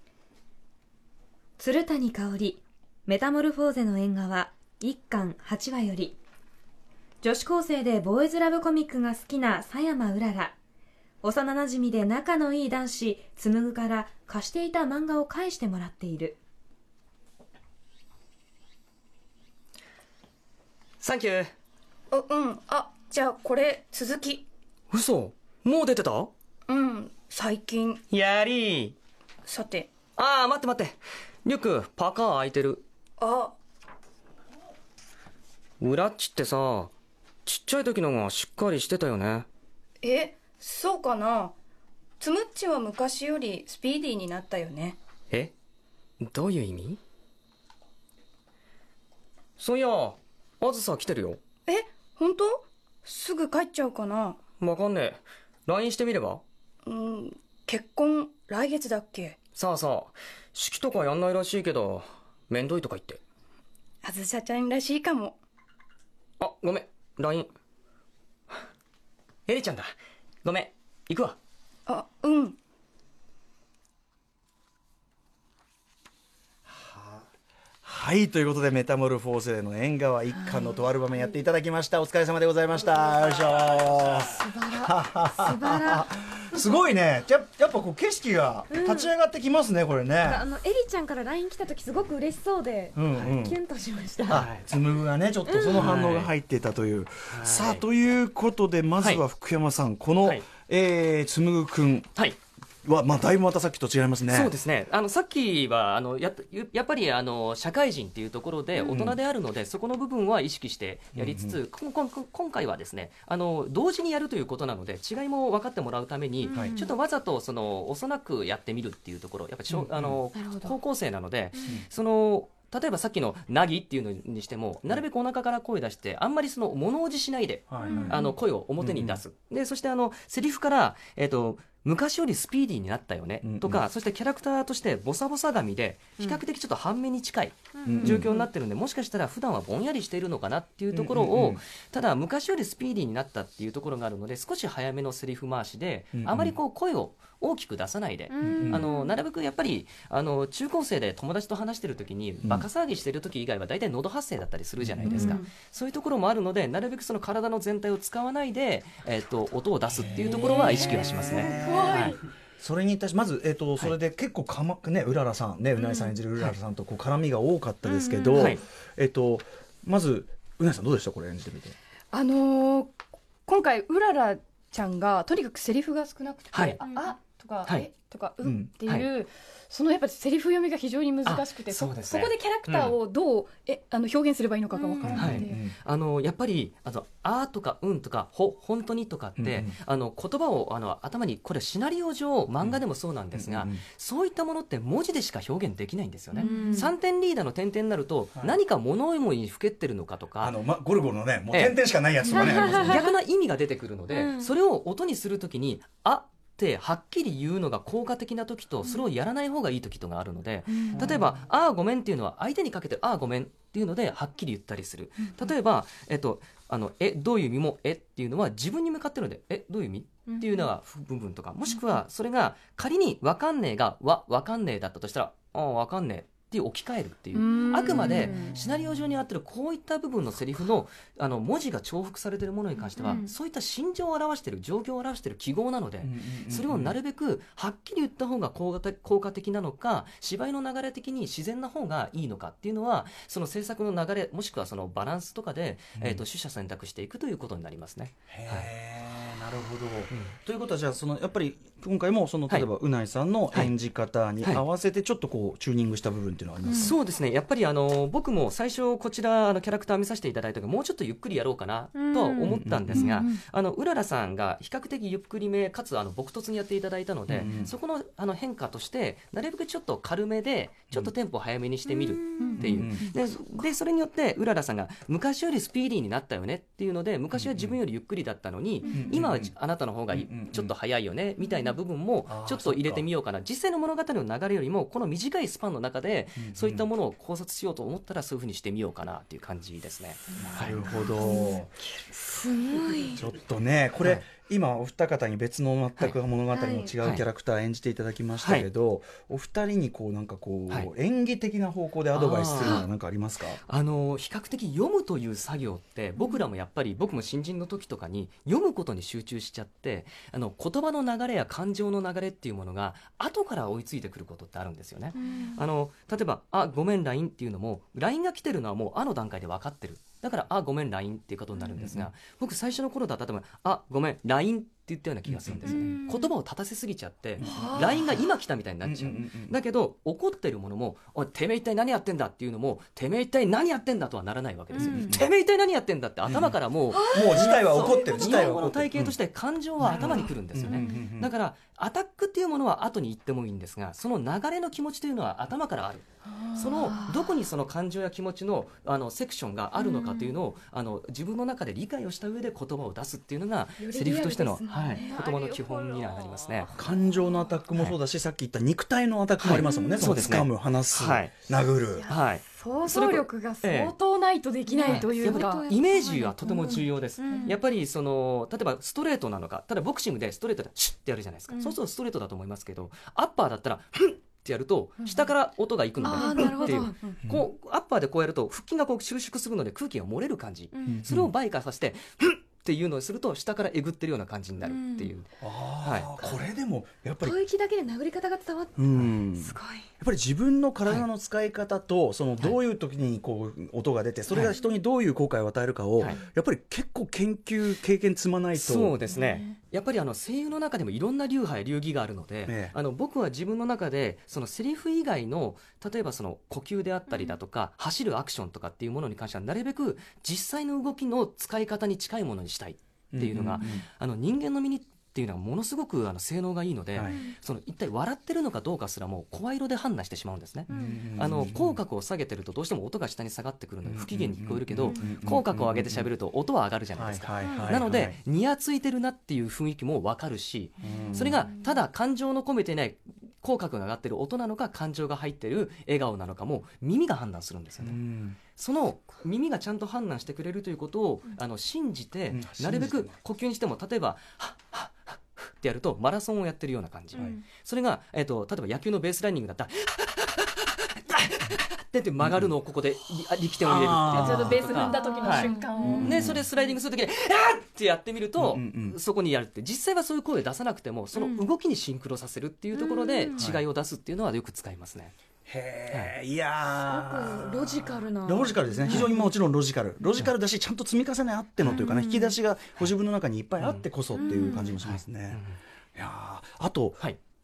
鶴谷香織メタモルフォーゼの縁側一巻はちわより、女子高生でボーイズラブコミックが好きな佐山うらら、幼なじみで仲のいい男子紡から貸していた漫画を返してもらっている。
サンキュー。
あ、うん。あ、じゃあこれ続き。
嘘、もう出てた？
うん、最近。
やりー。
さて。
ああ、待って待って、リュックパカー開いてる。
あ、
裏っちってさ、ちっちゃい時のがしっかりしてたよね。
え、そうかな。つむっちは昔よりスピーディーになったよね。
え、どういう意味？そういや、あずさ来てるよ。
え、本当？すぐ帰っちゃうかな。
わかんねえ。ライン してみれば？
うん、結婚来月だっけ？
さあさあ、式とかやんないらしいけど、めんどいとか言って。
あずさちゃんらしいかも。
あ、ごめん、ライン。エリちゃんだ。ごめん、行くわ。
あ、うん。
はい、ということでメタモルフォーゼの縁側一巻のとある場面やっていただきました。お疲れ様でございました。よいしょー。
すばらすばら
すごいね。や, やっぱこう景色が立ち上がってきますね、うん、これね。
あのエリちゃんから ライン 来た時すごく嬉しそうで、うんうん、キュンとしました。
はい、紡ぐがねちょっとその反応が入っていたという、うん、さあということでまずは福山さん、はい、この、はい、えー、紡くん、はいはまあ、だいぶまたさっきと違いますね。
そうですね。あのさっきはあの や, やっぱりあの社会人っていうところで大人であるので、うん、そこの部分は意識してやりつつ、うんうん、今回はですね、あの同時にやるということなので違いも分かってもらうために、うん、ちょっとわざとその幼くやってみるっていうところ、やっぱり、うん、あの高校生なので、うん、その例えばさっきのなぎっていうのにしても、なるべくお腹から声出してあんまりその物おじしないで、はい、あの声を表に出す、うん、でそしてあのセリフから、えーと昔よりスピーディーになったよね、うんうん、とか、そしてキャラクターとしてボサボサ髪で比較的ちょっと半目に近い状況になってるんで、もしかしたら普段はぼんやりしているのかなっていうところを、うんうんうん、ただ昔よりスピーディーになったっていうところがあるので、少し早めのセリフ回しで、うんうん、あまりこう声を大きく出さないで、うんうん、あのなるべくやっぱりあの中高生で友達と話してる時にバカ騒ぎしてる時以外は大体喉発声だったりするじゃないですか、うんうん、そういうところもあるので、なるべくその体の全体を使わないで、えー、と音を出すっていうところは意識はしますね。はい、
それに対しまず、えーと、それで結構かま、ね、うららさん、ね、うないさん演じるうららさんとこう絡みが多かったですけど、はい、えーと、まずうないさんどうでした、これ演じてみて。
あのー、今回うららちゃんがとにかくセリフが少なくて、
はい、
ああとか、
はい
えとか、う
うん
んっていう、
はい
そのやっぱりセリフ読みが非常に難しくて、そ
あそうですね
そこでキャラクターをどう、えあの表現すればいいのかが分からなくて、
はいあのやっぱりあとあーとかうんとかほ本当にとかって、
うんうん
あの言葉をあの頭にこれシナリオ上漫画でもそうなんですが、
うんうんうん
そういったものって文字でしか表現できないんですよね、
うん
さんてんリーダーの点々になると、
はい
何か物思いにふけってるのかとか
あの、ま、ゴルゴのねもう
ええ
点々しかないやつとかね、ありますね
逆な意味が出てくるので、
うん
それを音にするときにあってはっきり言うのが効果的な時とそれをやらない方がいい時とがあるので、例えば「ああごめん」っていうのは相手にかけて「ああごめん」っていうのではっきり言ったりする。例えば、えっと、あのえどういう意味も「え」っていうのは自分に向かってるので「えどういう意味?」っていうのが部分とか、もしくはそれが仮に「わかんねえ」が「わわかんねえ」だったとしたら「ああわかんねえ」っていう置き換えるっていう、
うん
あくまでシナリオ上にあってるこういった部分のセリフのあの文字が重複されているものに関しては、
うん
そういった心情を表している状況を表している記号なので、それをなるべくはっきり言った方が効果的効果的なのか、芝居の流れ的に自然な方がいいのかっていうのは、その制作の流れもしくはそのバランスとかで、えー、と取捨選択していくということになりますね。
へえ、なるほど、ということはじゃあそのやっぱり今回もその例えばうないさんの演じ方に合わせてちょっとこうチューニングした部分っていうのはありますか？
そうですね、やっぱりあの僕も最初こちらあのキャラクター見させていただいた時もうちょっとゆっくりやろうかなとは思ったんですが、あのうららさんが比較的ゆっくりめかつあの朴突にやっていただいたので、
うん
そこのあの変化としてなるべくちょっと軽めでちょっとテンポ早めにしてみるっていう、
うん
ででそれによってうららさんが昔よりスピーディーになったよねっていうので、昔は自分よりゆっくりだったのに、今はあなたの方がいい
うん
ちょっと早いよねみたいな部分もちょっと入れてみようかな、実際の物語の流れよりもこの短いスパンの中でそういったものを考察しようと思ったらそういうふうにしてみようかなっていう感じですね。
なるほど、
すごい
ちょっとねこれ、
はい
今お二方に別の全く物語の違うキャラクター演じていただきましたけど、お二人にこうなんかこう、
はい
演技的な方向でアドバイスするのは何かありますか？
あの比較的読むという作業って僕らもやっぱり僕も新人の時とかに読むことに集中しちゃって、あの言葉の流れや感情の流れっていうものが後から追いついてくることってあるんですよね。あの例えばあごめん ライン っていうのも ライン が来てるのはもうあの段階で分かってる、だからあごめん ライン っていうことになるんですが、僕最初の頃だったら例えばあごめん ライン って言ったような気がするんですよね。言葉を立たせすぎちゃって ライン が今来たみたいになっちゃう。だけど怒ってるものもおいてめえ一体何やってんだっていうのもてめえ一体何やってんだとはならないわけですよ。てめえ一体何やってんだって頭からもう、
もう事態は起こってる、事
日本語の
態は起こってる
体系として感情は頭にくるんですよね。だからアタックっていうものは後に言ってもいいんですが、その流れの気持ちというのは頭からある。そのどこにその感情や気持ちのあのセクションがあるのかというのを、あの自分の中で理解をした上で言葉を出すっていうのがセリフとしての、はい、言葉の基本にはなりますね。
感情のアタックもそうだし、さっき言った肉体のアタックもありますもんね、
はい
その掴む、離す、
はい
殴る、
はい、
想像力が相当ないとできないというか、
やっぱりイメージはとても重要です、やっぱりその例えばストレートなのか、ただボクシングでストレートでシュッてやるじゃないですか、そうするとストレートだと思いますけど、アッパーだったらフンってやると下から音がいくので、
あーなるほど
っていうこうアッパーでこうやると腹筋がこう収縮するので空気が漏れる感じ、それを倍化させてフンっていうのをすると下からえぐってるような感じになるっていう、
あー、
はい
これでもやっぱり、
吐息だけで殴り方が伝わって、
うん、
すごい
やっぱり自分の体の使い方と、そのどういう時にこう音が出て、それが人にどういう効果を与えるかを、
はい
やっぱり結構研究経験積まないと。
そうですね、やっぱりあの声優の中でもいろんな流派や流儀があるので、
ええ
あの僕は自分の中でそのセリフ以外の例えばその呼吸であったりだとか、走るアクションとかっていうものに関してはなるべく実際の動きの使い方に近いものにしたいっていうのが、
うんうんうん
あの人間の耳っていうのはものすごくあの性能がいいので、
はい
その一体笑ってるのかどうかすらも声色で判断してしまうんですね。
うん
あの口角を下げてるとどうしても音が下に下がってくるので不機嫌に聞こえるけど、
うんうん
口角を上げて喋ると音は上がるじゃないですか。
はいはいはいはい
なのでにやついてるなっていう雰囲気も分かるし、
うん
それがただ感情の込めてない口角が上がってる音なのか感情が入ってる笑顔なのかも耳が判断するんですよ
う
ね。
ん
その耳がちゃんと判断してくれるということをあの信じて、
うん
なるべく呼吸にしても例えばはっはっはっってやるとマラソンをやってるような感じ、それが、えー、と例えば野球のベースランニングだったらってって曲がるのをここでり力点を入れるっていう
ちょうどベース踏んだ時の瞬間を、
ね、それスライディングするときに「あっ!」ってやってみると、
うんうんうん
そこにやるって実際はそういう声出さなくてもその動きにシンクロさせるっていうところで違いを出すっていうのはよく使いますね。
へえ、いやー
ロジカルな
ロジカルですね、非常にもちろんロジカル、ロジカルだし、ちゃんと積み重ねあってのというかね、引き出しがご自分の中にいっぱいあってこそっていう感じもしますね。いやーあと、
はい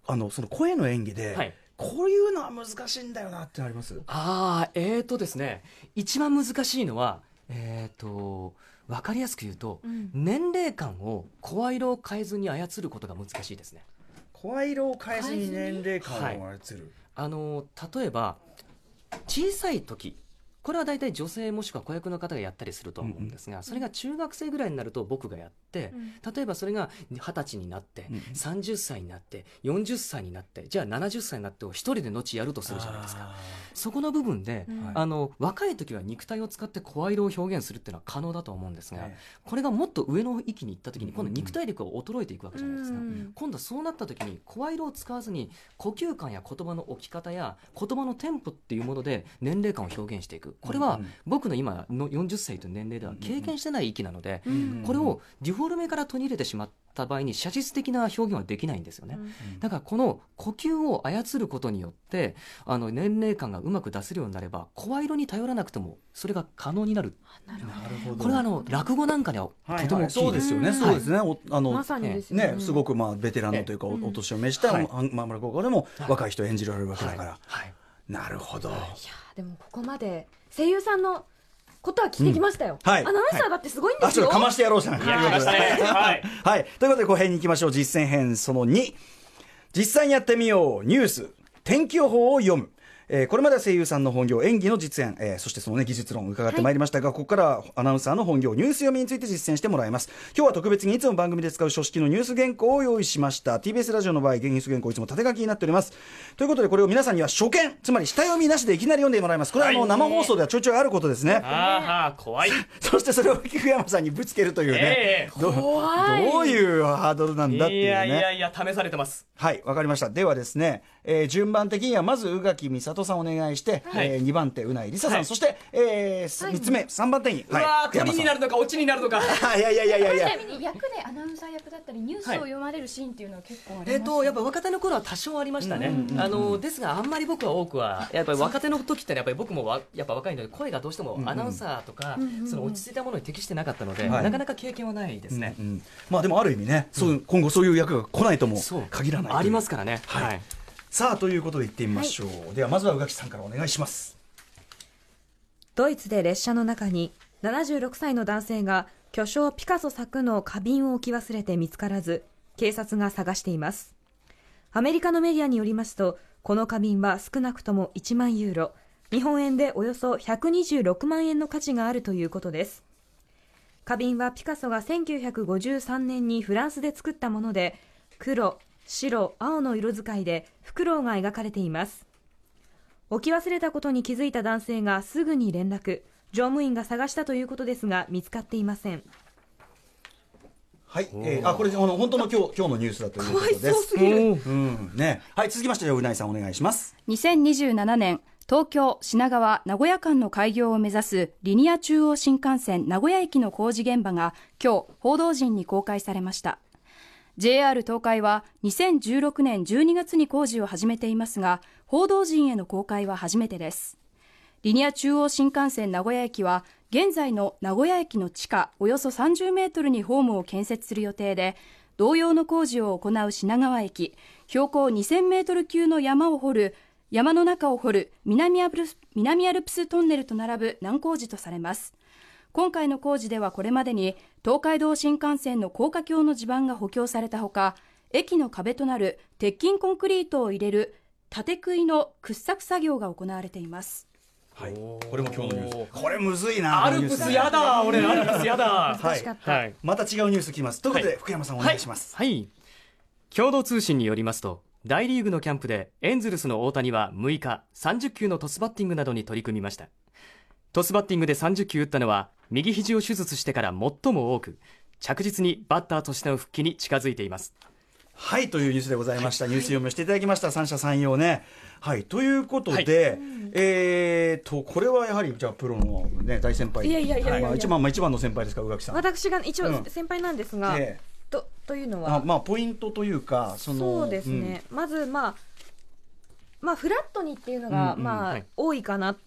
あのその声の演技で、はい、こういうのは難しいんだよなってあります？
ああ、えーとですね、一番難しいのは、えーと分かりやすく言うと、うん、年齢感を声色を変えずに操ることが難しいですね。
声色を変えずに年齢感を操る、はい、
あの例えば小さい時、これは大体女性もしくは子役の方がやったりすると思うんですが、うん、それが中学生ぐらいになると僕がやって、うん、例えばそれがはたちになって、うん、さんじゅっさいになってよんじゅっさいになって、じゃあななじゅっさいになってを一人で後やるとするじゃないですか。そこの部分で、うん、あの若い時は肉体を使って声色を表現するっていうのは可能だと思うんですが、はい、これがもっと上の域に行った時に今度肉体力が衰えていくわけじゃないですか、うん、今度はそうなった時に声色を使わずに呼吸感や言葉の置き方や言葉のテンポっていうもので年齢感を表現していく。これは僕の今のよんじゅっさいという年齢では経験してない域なので、うん、これをデフォルメから取り入れてしまった場合に写実的な表現はできないんですよね、うん、だからこの呼吸を操ることによってあの年齢感がうまく出せるようになれば声色に頼らなくてもそれが可能になる。
なるほど。
これはあの落語なんかではとても大きい、はいはい、
そうですよね、そうですね、おあのまさにですね、ね、すごくまあベテランのというか お,、うん、お年を召した、はい、ま村高校でも若い人を演じられるわけだから、はいはい、なるほど。いや
でもここまで声優さんのことは聞いてきましたよ、うんはい、アナウンサーだってすごいんですよ、
はい、あ、ちょっとかましてやろうじゃない
やりましたねはい、
はい、ということで後編に行きましょう。実践編そのに、実際にやってみようニュース天気予報を読む。えー、これまでは声優さんの本業演技の実演、えー、そしてその、ね、技術論を伺ってまいりましたが、はい、ここからはアナウンサーの本業ニュース読みについて実践してもらいます。今日は特別にいつも番組で使う書式のニュース原稿を用意しました。 ティービーエス ラジオの場合ニュース原稿いつも縦書きになっております。ということでこれを皆さんには初見、つまり下読みなしでいきなり読んでもらいます。これはあの生放送ではちょいちょいあることですね。
あー怖い
そしてそれを菊山さんにぶつけるというね、
えー、ど,
どういうハードルなんだっていうね。い
やいやいや試されてます。
はい、わかりました。ではですね、えー、順番的にはまず宇垣美里さんお願いして、はい、えー、にばん手うないりささん、はい、そして、えーはい、みっつめさんばん手に、
うわー、鳥になるのかオチになるのか
いやいやいやいやいや、
ちなみに役でアナウンサー役だったりニュースを読まれるシーンっていうのは結構あります、ね、
えーとやっぱ若手の頃は多少ありましたね、うんうんうん、あのですがあんまり僕は多くはやっぱり若手の時って、ね、やっぱり僕もわやっぱ若いので声がどうしてもアナウンサーとか、うんうん、その落ち着いたものに適してなかったので、うんうん、なかなか経験はないですね、
うんうん、まあでもある意味ね、そう、今後そういう役が来ないとも限らない
ありますからね、
はいはい、さあということでいってみましょう、はい、ではまずは宇垣さんからお願いします。
ドイツで列車の中にななじゅうろくさいの男性が巨匠ピカソ作の花瓶を置き忘れて見つからず警察が探しています。アメリカのメディアによりますとこの花瓶は少なくともいちまんユーロ、日本円でおよそひゃくにじゅうろくまんえんの価値があるということです。花瓶はピカソがせんきゅうひゃくごじゅうさんねんにフランスで作ったもので黒、白、青の色使いでフクロウが描かれています。置き忘れたことに気づいた男性がすぐに連絡、乗務員が探したということですが見つかっていません。
はい、えー、あこれあの本当の今日今日のニュースだということです。
かわいそうすぎる、
うんね、はい、続きましてじゃあうないさんお願いします。
にせんにじゅうななねん東京品川名古屋間の開業を目指すリニア中央新幹線名古屋駅の工事現場が今日報道陣に公開されました。 ジェイアール 東海はにせんじゅうろくねんじゅうにがつに工事を始めていますが報道陣への公開は初めてです。リニア中央新幹線名古屋駅は現在の名古屋駅の地下およそさんじゅうメートルにホームを建設する予定で、同様の工事を行う品川駅、標高にせんメートル級の山を掘る山の中を掘る南アルプス、南アルプストンネルと並ぶ難工事とされます。今回の工事ではこれまでに東海道新幹線の高架橋の地盤が補強されたほか、駅の壁となる鉄筋コンクリートを入れる建杭の掘削作業が行われています。
はい、これも今日のニュース。これむずいな。
アルプスやだ。俺アルプスやだ。
難しかった、
はい、
また違うニュースきます。ということで、はい、福山さんお願いします。
はい、はい、共同通信によりますと大リーグのキャンプでエンゼルスの大谷はむいかさんじゅっきゅうのトスバッティングなどに取り組みました。トスバッティングでさんじゅっきゅう打ったのは右肘を手術してから最も多く、着実にバッターとしての復帰に近づいています。
はいというニュースでございました。ニュース読みをしていただきました。三者三様ね。はいということで、はい、えーとこれはやはりじゃあプロの、ね、大先輩、
いやいやいやいや、
まあ、一番まあ一番の先輩ですか宇垣さん。
私が一応先輩なんですが、うんえー、と, というのは
あ、まあ、ポイントというかその
そうですね、うん、まず、まあ、まあフラットにっていうのが、うんうんまあはい、多いかな。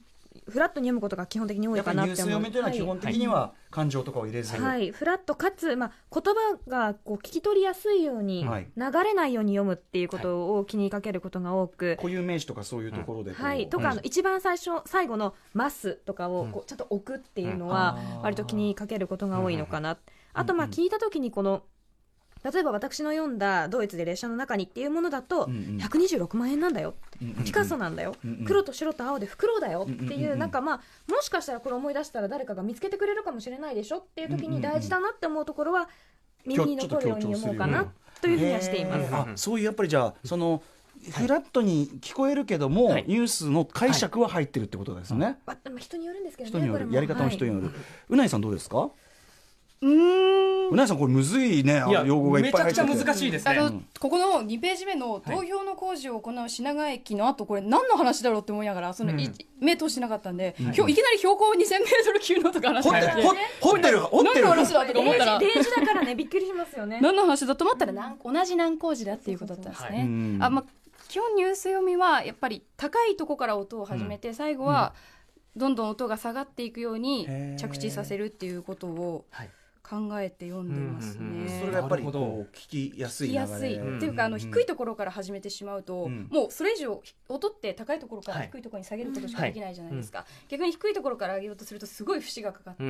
フラットに読むことが基本的に多いかなって思う。
やっぱりニュース読みというのは基本的には感情とかを入れずに、
はい、フラットかつ、まあ、言葉がこう聞き取りやすいように、はい、流れないように読むっていうことを気にかけることが多く、
固有名詞とかそういうところで、うん、
はい、とか、うん、あの一番最初最後のますとかをこうちょっと置くっていうのは割と気にかけることが多いのかな、うん、あとまあ聞いた時にこの例えば私の読んだドイツで列車の中にっていうものだとひゃくにじゅうろくまんえんなんだよ、うんうん、ピカソなんだよ、うんうん、黒と白と青でフクロウだよっていう、なんかまあもしかしたらこれ思い出したら誰かが見つけてくれるかもしれないでしょっていう時に大事だなって思うところは耳に残るように読もうかなというふうにはしています。
あ、そういうやっぱりじゃあそのフラットに聞こえるけども、はい、ニュースの解釈は入ってるってことですね、
はい、人によるんですけどね、
人による、やり方も人による、はい、うないさんどうですか？
うーん、
うなぎさんこれむずいね、いや用語がいっぱい入ってて
めちゃくちゃ難しいですね。
あのここのにページ目の投票の工事を行う品川駅の後、これ何の話だろうって思いながらその、うん、目通してなかったんで、うん、いきなり標高にせんメートル級のとか話してて、
掘ってる掘ってる
何の話だとか思ったら
例示だからねびっくりしますよね。
何の話だと思ったらなん同じ難工事だっていうことだったんですね。あ、まあ、基本ニュース読みはやっぱり高いとこから音を始めて、うん、最後はどんどん音が下がっていくように着地させるっていうことを、はい、考えて読んでますね、うんうん、
それがやっぱりこう聞きやすい流れ、
聞きやすい、うん、っていうかあの低いところから始めてしまうと、うん、もうそれ以上音って高いところから低いところに下げることしかできないじゃないですか、はい、逆に低いところから上げようとするとすごい節がかかって、うん、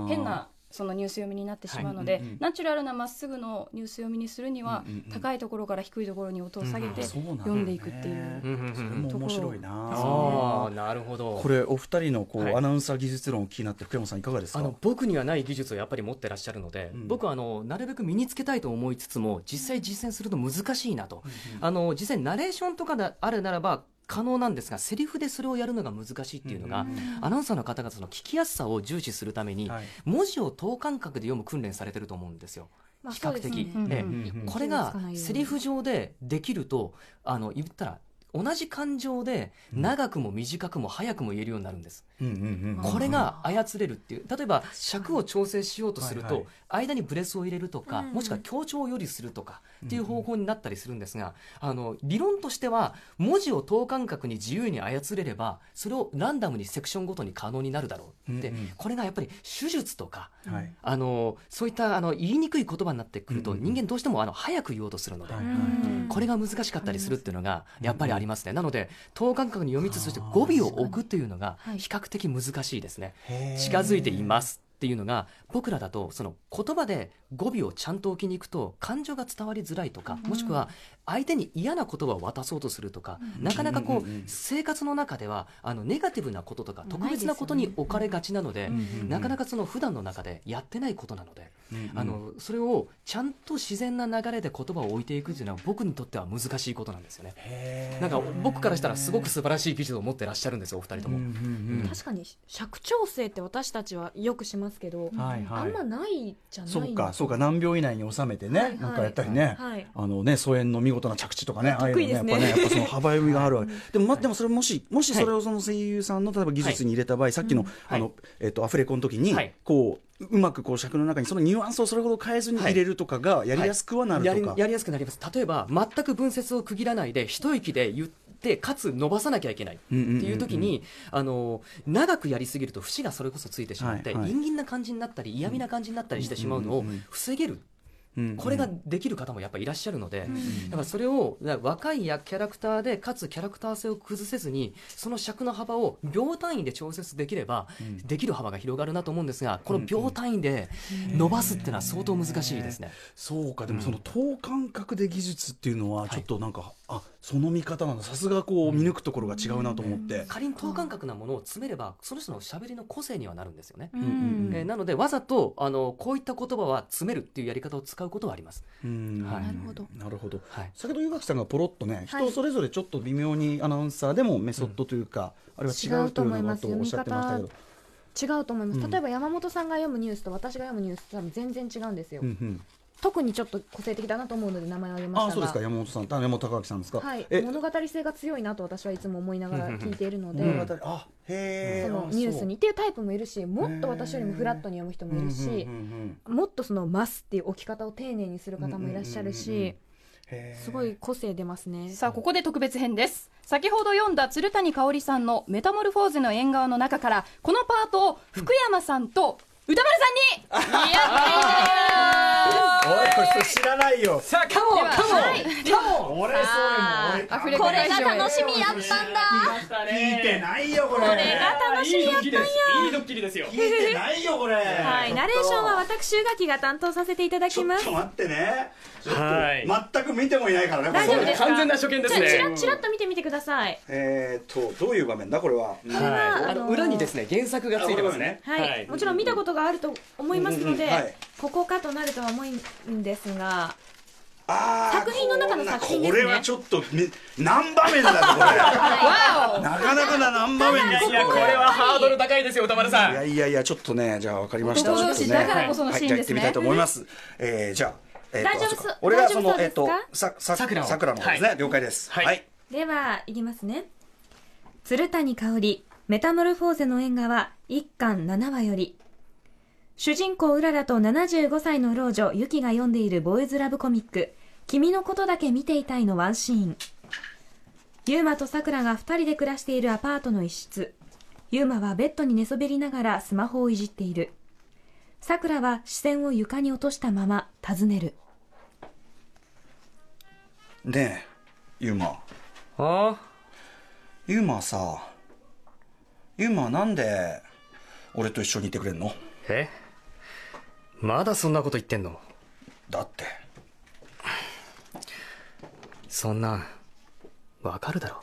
変なそのニュース読みになってしまうので、はい、うんうん、ナチュラルなまっすぐのニュース読みにするには、うんうんうん、高いところから低いところに音を下げて読んでいくっていうところ、
それも面白いな、
あ、なるほど。
これお二人のこう、はい、アナウンサー技術論を気になって福山さんいかがですか？
あの僕にはない技術をやっぱり持ってらっしゃるので、うん、僕はあのなるべく身につけたいと思いつつも実際実践すると難しいなと、うんうん、あの実際ナレーションとかであるならば可能なんですが、セリフでそれをやるのが難しいっていうのが、うん、アナウンサーの方々の聞きやすさを重視するために、はい、文字を等間隔で読む訓練されてると思うんですよ、まあ、比較的、ね、ね、うんうん、これがセリフ上でできると、あの言ったら同じ感情で長くも短くも早くも言えるようになるんです、うんうんうん、これが操れるっていう、例えば尺を調整しようとすると、はいはい、間にブレスを入れるとか、うん、もしくは強調をよりするとかっていう方法になったりするんですが、あの理論としては文字を等間隔に自由に操れればそれをランダムにセクションごとに可能になるだろうって、うんうん、これがやっぱり手術とか、はい、あのそういったあの言いにくい言葉になってくると、うんうん、人間どうしてもあの早く言おうとするので、はいはい、これが難しかったりするっていうのがやっぱりありますね。なので等間隔に読みつつして語尾を置くっていうのが比較的難しいですね。近づいていますっていうのが僕らだとその言葉で語尾をちゃんと置きに行くと感情が伝わりづらいとか、もしくは相手に嫌な言葉を渡そうとするとか、なかなかこう生活の中ではあのネガティブなこととか特別なことに置かれがちなので、なかなかその普段の中でやってないことなので、あのそれをちゃんと自然な流れで言葉を置いていくというのは僕にとっては難しいことなんですよね。なんか僕からしたらすごく素晴らしい技術を持ってらっしゃるんですよ、お二人とも。
うんうん、確かに尺調整って私たちはよくしますけど、はいはい、あんまないじゃない。
そうかそうか、何秒以内に収めてね、はいはい、なんかやったりね、はい、あのね疎遠の見事な着地とかね、
得意ですね、
ああいうのねやっぱねやっぱその幅読みがあるわけ、はい、でも、ま、でもそれもしもしそれをその声優さんの例えば技術に入れた場合、はい、さっきの、うん、あの、えっと、アフレコの時に、はい、こううまくこう尺の中にそのニュアンスをそれほど変えずに入れるとかがやりやすくはなるとか、はいはい、やり、
やりやすくなります。例えば全く文節を区切らないで一息で言ってかつ伸ばさなきゃいけないっていう時に、あの長くやりすぎると節がそれこそついてしまって、はいはい、陰銀な感じになったり嫌味な感じになったりしてしまうのを防げる、これができる方もやっぱりいらっしゃるので、うん、だからそれを若いキャラクターでかつキャラクター性を崩せずにその尺の幅を秒単位で調節できれば、うん、できる幅が広がるなと思うんですが、この秒単位で伸ばすっていうのは相当難しいですね。
そうか、でもその等間隔で技術っていうのはちょっとなんか、はい、あその見方なんだ、さすがこう見抜くところが違うなと思って、うん、
仮に等間隔なものを詰めればその人の喋りの個性にはなるんですよね、うんうん、えー、なのでわざとあのこういった言葉は詰めるっていうやり方を使うことはあります。
うん、はい、なるほどなるほど、
はい、
先ほど湯垣さんがポロッとね、人それぞれちょっと微妙にアナウンサーでもメソッドというか、うん、あるいは違うというのとおっしゃってましたけど、
違うと思います、うん、例えば山本さんが読むニュースと私が読むニュースと多分全然違うんですよ、うんうん、特にちょっと個性的だなと思うので名前を挙げましたが、
あ、そうですか、山本さん、山本隆明さんですか、
はい、物語性が強いなと私はいつも思いながら聞いているので、
物語、あ、へー、
そのニュースにっていうタイプもいるし、もっと私よりもフラットに読む人もいるし、もっとそのマスっていう置き方を丁寧にする方もいらっしゃるし、 すごい個性出ますね。
さあここで特別編です。先ほど読んだ鶴谷香織さんのメタモルフォーゼの縁側の中からこのパートを福山さんと歌丸さんにやっていただきます。
おいこれ知らないよ。
さあカモンカモンカモン。
俺それも俺
アフレコ
これ
会場へ
が楽しみやったんだ。
聞いてないよこれ。
これが楽しみやったんや。
いいドッキリですよ。
聞いてないよこれ。
はい、ナレーションは私宇垣が担当させていただきます。
ちょっと待ってね。
はい
全く見てもいないからね。
大丈夫ですか。
完全な初見です
じゃあチラ
ね。
ッチラッと見てみてください。
えーっとどういう場面だこれは。
これは
はい、あの
あの
裏にですね原作がついてますね。
はい、もちろん見たことがあると思いますので、
うんうんうんはい
ここかとなるとは思うんですが、
あー
作品の中の作品ですね
これはちょっとみ何場面だぞこれ。なかなかな何場面ですよ。
いやこれはハードル高いですよ歌丸さん。
いやいやいやちょっとねじゃあ分かりました。
男同士
ちょっとね
だからこそのシーンですね
はい、じゃあ行ってみたいと思います。えー、じゃあ、えーと
大丈夫そう
あそうか俺がその
大丈夫そうですか
えっとささ
さくらを
さくらの方ですね、
はい
了解です。
はい
はい。
ではいきますね。鶴谷香織メタモルフォーゼの縁側いっかんななわより、主人公うららとななじゅうごさいの老女ユキが読んでいるボーイズラブコミック君のことだけ見ていたいのワンシーン。ユーマとさくらがふたりで暮らしているアパートの一室。ユーマはベッドに寝そべりながらスマホをいじっている。さくらは視線を床に落としたまま尋ねる。
ねえユーマ
あ
ユーマさユーマなんで俺と一緒にいてくれんの？
えまだそんなこと言ってんの？
だって
そんなんわかるだろ。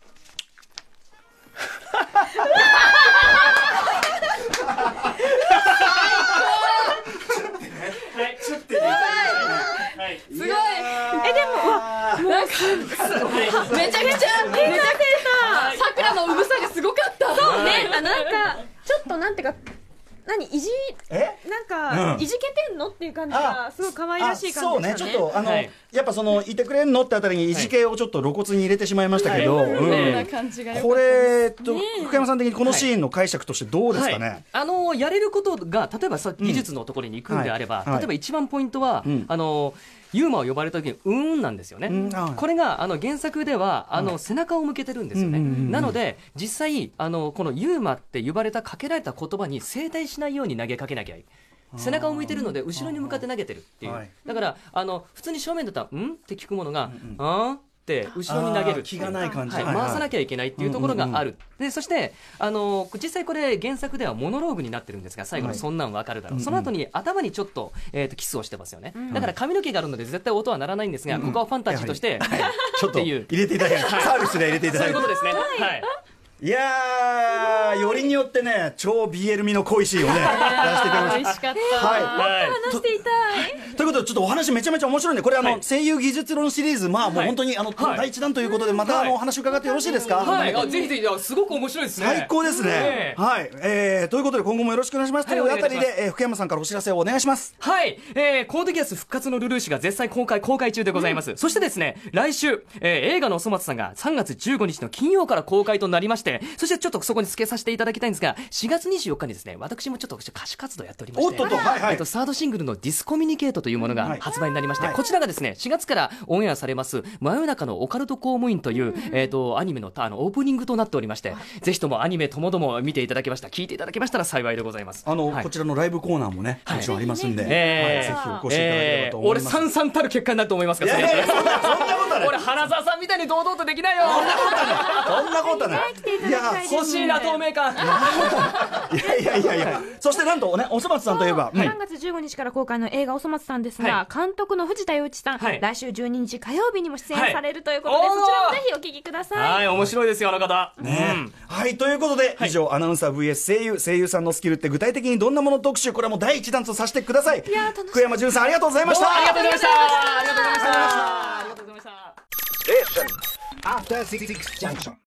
はいちょっとはい
すごい。
えでもわ
なんかめちゃめちゃめちゃくちゃさくらのうぶさがすごかった。
そうね、あなんかちょっとなんていうか何いじ
え
なんか、
うん
いじけてんのっていう感じがすごい可愛らしい感じでしたね。
あそうねちょっとあの、
はい
やっぱそのいてくれんのってあたりにいじけをちょっと露骨に入れてしまいましたけど、
はい
うん
ね
な感じがよかった
これ、えっと
ねえ
福山さん的にこのシーンの解釈としてどうですかね、
はい、あのやれることが例えばさ技術のところに行くんであれば、
はいはい
例えば一番ポイントは、
うん
あのユーマを呼ばれた時にうーんなんですよね、
うんあ
これがあの原作ではあの、
はい
背中を向けてるんですよね、
うんうんうんうん
なので実際あのこのユーマって呼ばれたかけられた言葉に正対しないように投げかけなきゃいい。背中を向いてるので後ろに向かって投げてるっていう、
はい
だからあの普通に正面だったら「ん?」って聞くものが「
うんうん
あー?」って後ろに投げるっていう
あー気がない感じ
はい
はいはい
回さなきゃいけないっていうところがある、でそしてあの実際これ原作ではモノローグになってるんですが最後の「そんなんわかるだろう」
はい
その後に頭にちょっと,、えーとキスをしてますよね、だから髪の毛があるので絶対音は鳴らないんですが、ここはファンタジーとして、
はいちょっと入
っていう
れていただいてサービスで入れていた
そう
だいうて
いことですね、はい
いやーよりによってね超 ビーエル 味の濃いシーンをねやらせていただきました。
美味しかった。
はい
はい
話していたい。
ということでちょっとお話めちゃめちゃ面白いんでこれあの、
はい
声優技術論シリーズまあもう
はい
本当にあの、
はい
第一弾ということでまたあの、
はい
お話伺ってよろしいですか？
はい、あぜひぜひ、いやすごく面白いですね。
最高ですね、
ええ
はい、えー、ということで今後もよろしくお願いします、
はい
というあたり
お願いしま
で、えー福山さんからお知らせをお願いします。
はい、えー、コードギアス復活のルルーシュが絶賛公開公開中でございます、そしてですね来週、えー映画のおそ松さんがさんがつじゅうごにちの金曜から公開となりまして、そしてちょっとそこに付けさせていただきたいんですが、しがつにじゅうよっかにですね私もちょっと歌手活動やっておりまして、
おっとっとはいはい
えっと、サードシングルのディスコミュニケートというものが発売になりまして、
はい
こちらがですねしがつからオンエアされます真夜中のオカルト公務員という、えー、とアニメのあのオープニングとなっておりまして、ぜひともアニメともども見ていただけました聞いていただけましたら幸いでございます。
あの、
はい
こちらのライブコーナーもね、もちろんありますんで、
えー
はい、ぜひお越しいただければと思い
俺
ます。
さんさんたる結果になると思いますから、
いやいやいや
それやったら
そんなそんなことはない
俺花澤さんみたいに堂々とできないよ。
そんなことはない。いや
欲しいな透明感。
いやいやいやいや、そしてなんとね、おそ松さんといえば、うん
さんがつじゅうごにちから公開の映画おそ松さんですが、
は
監督の藤田洋一さん、
はい
来週じゅうににち火曜日にも出演されるということで、
はい
そちらもぜひお聞きください。
はい、面白いですよあの方。
ね
うん
はい、ということで、以上、アナウンサー ブイエス 声優、声優さんのスキルって具体的にどんなもの特集、これはもう第一弾とさせてください。
いやー楽しみ
福山潤さん、ありがとうございました。
どうもありがとうございました。ありがとうございました。ありがとうございました。
After Six Junction.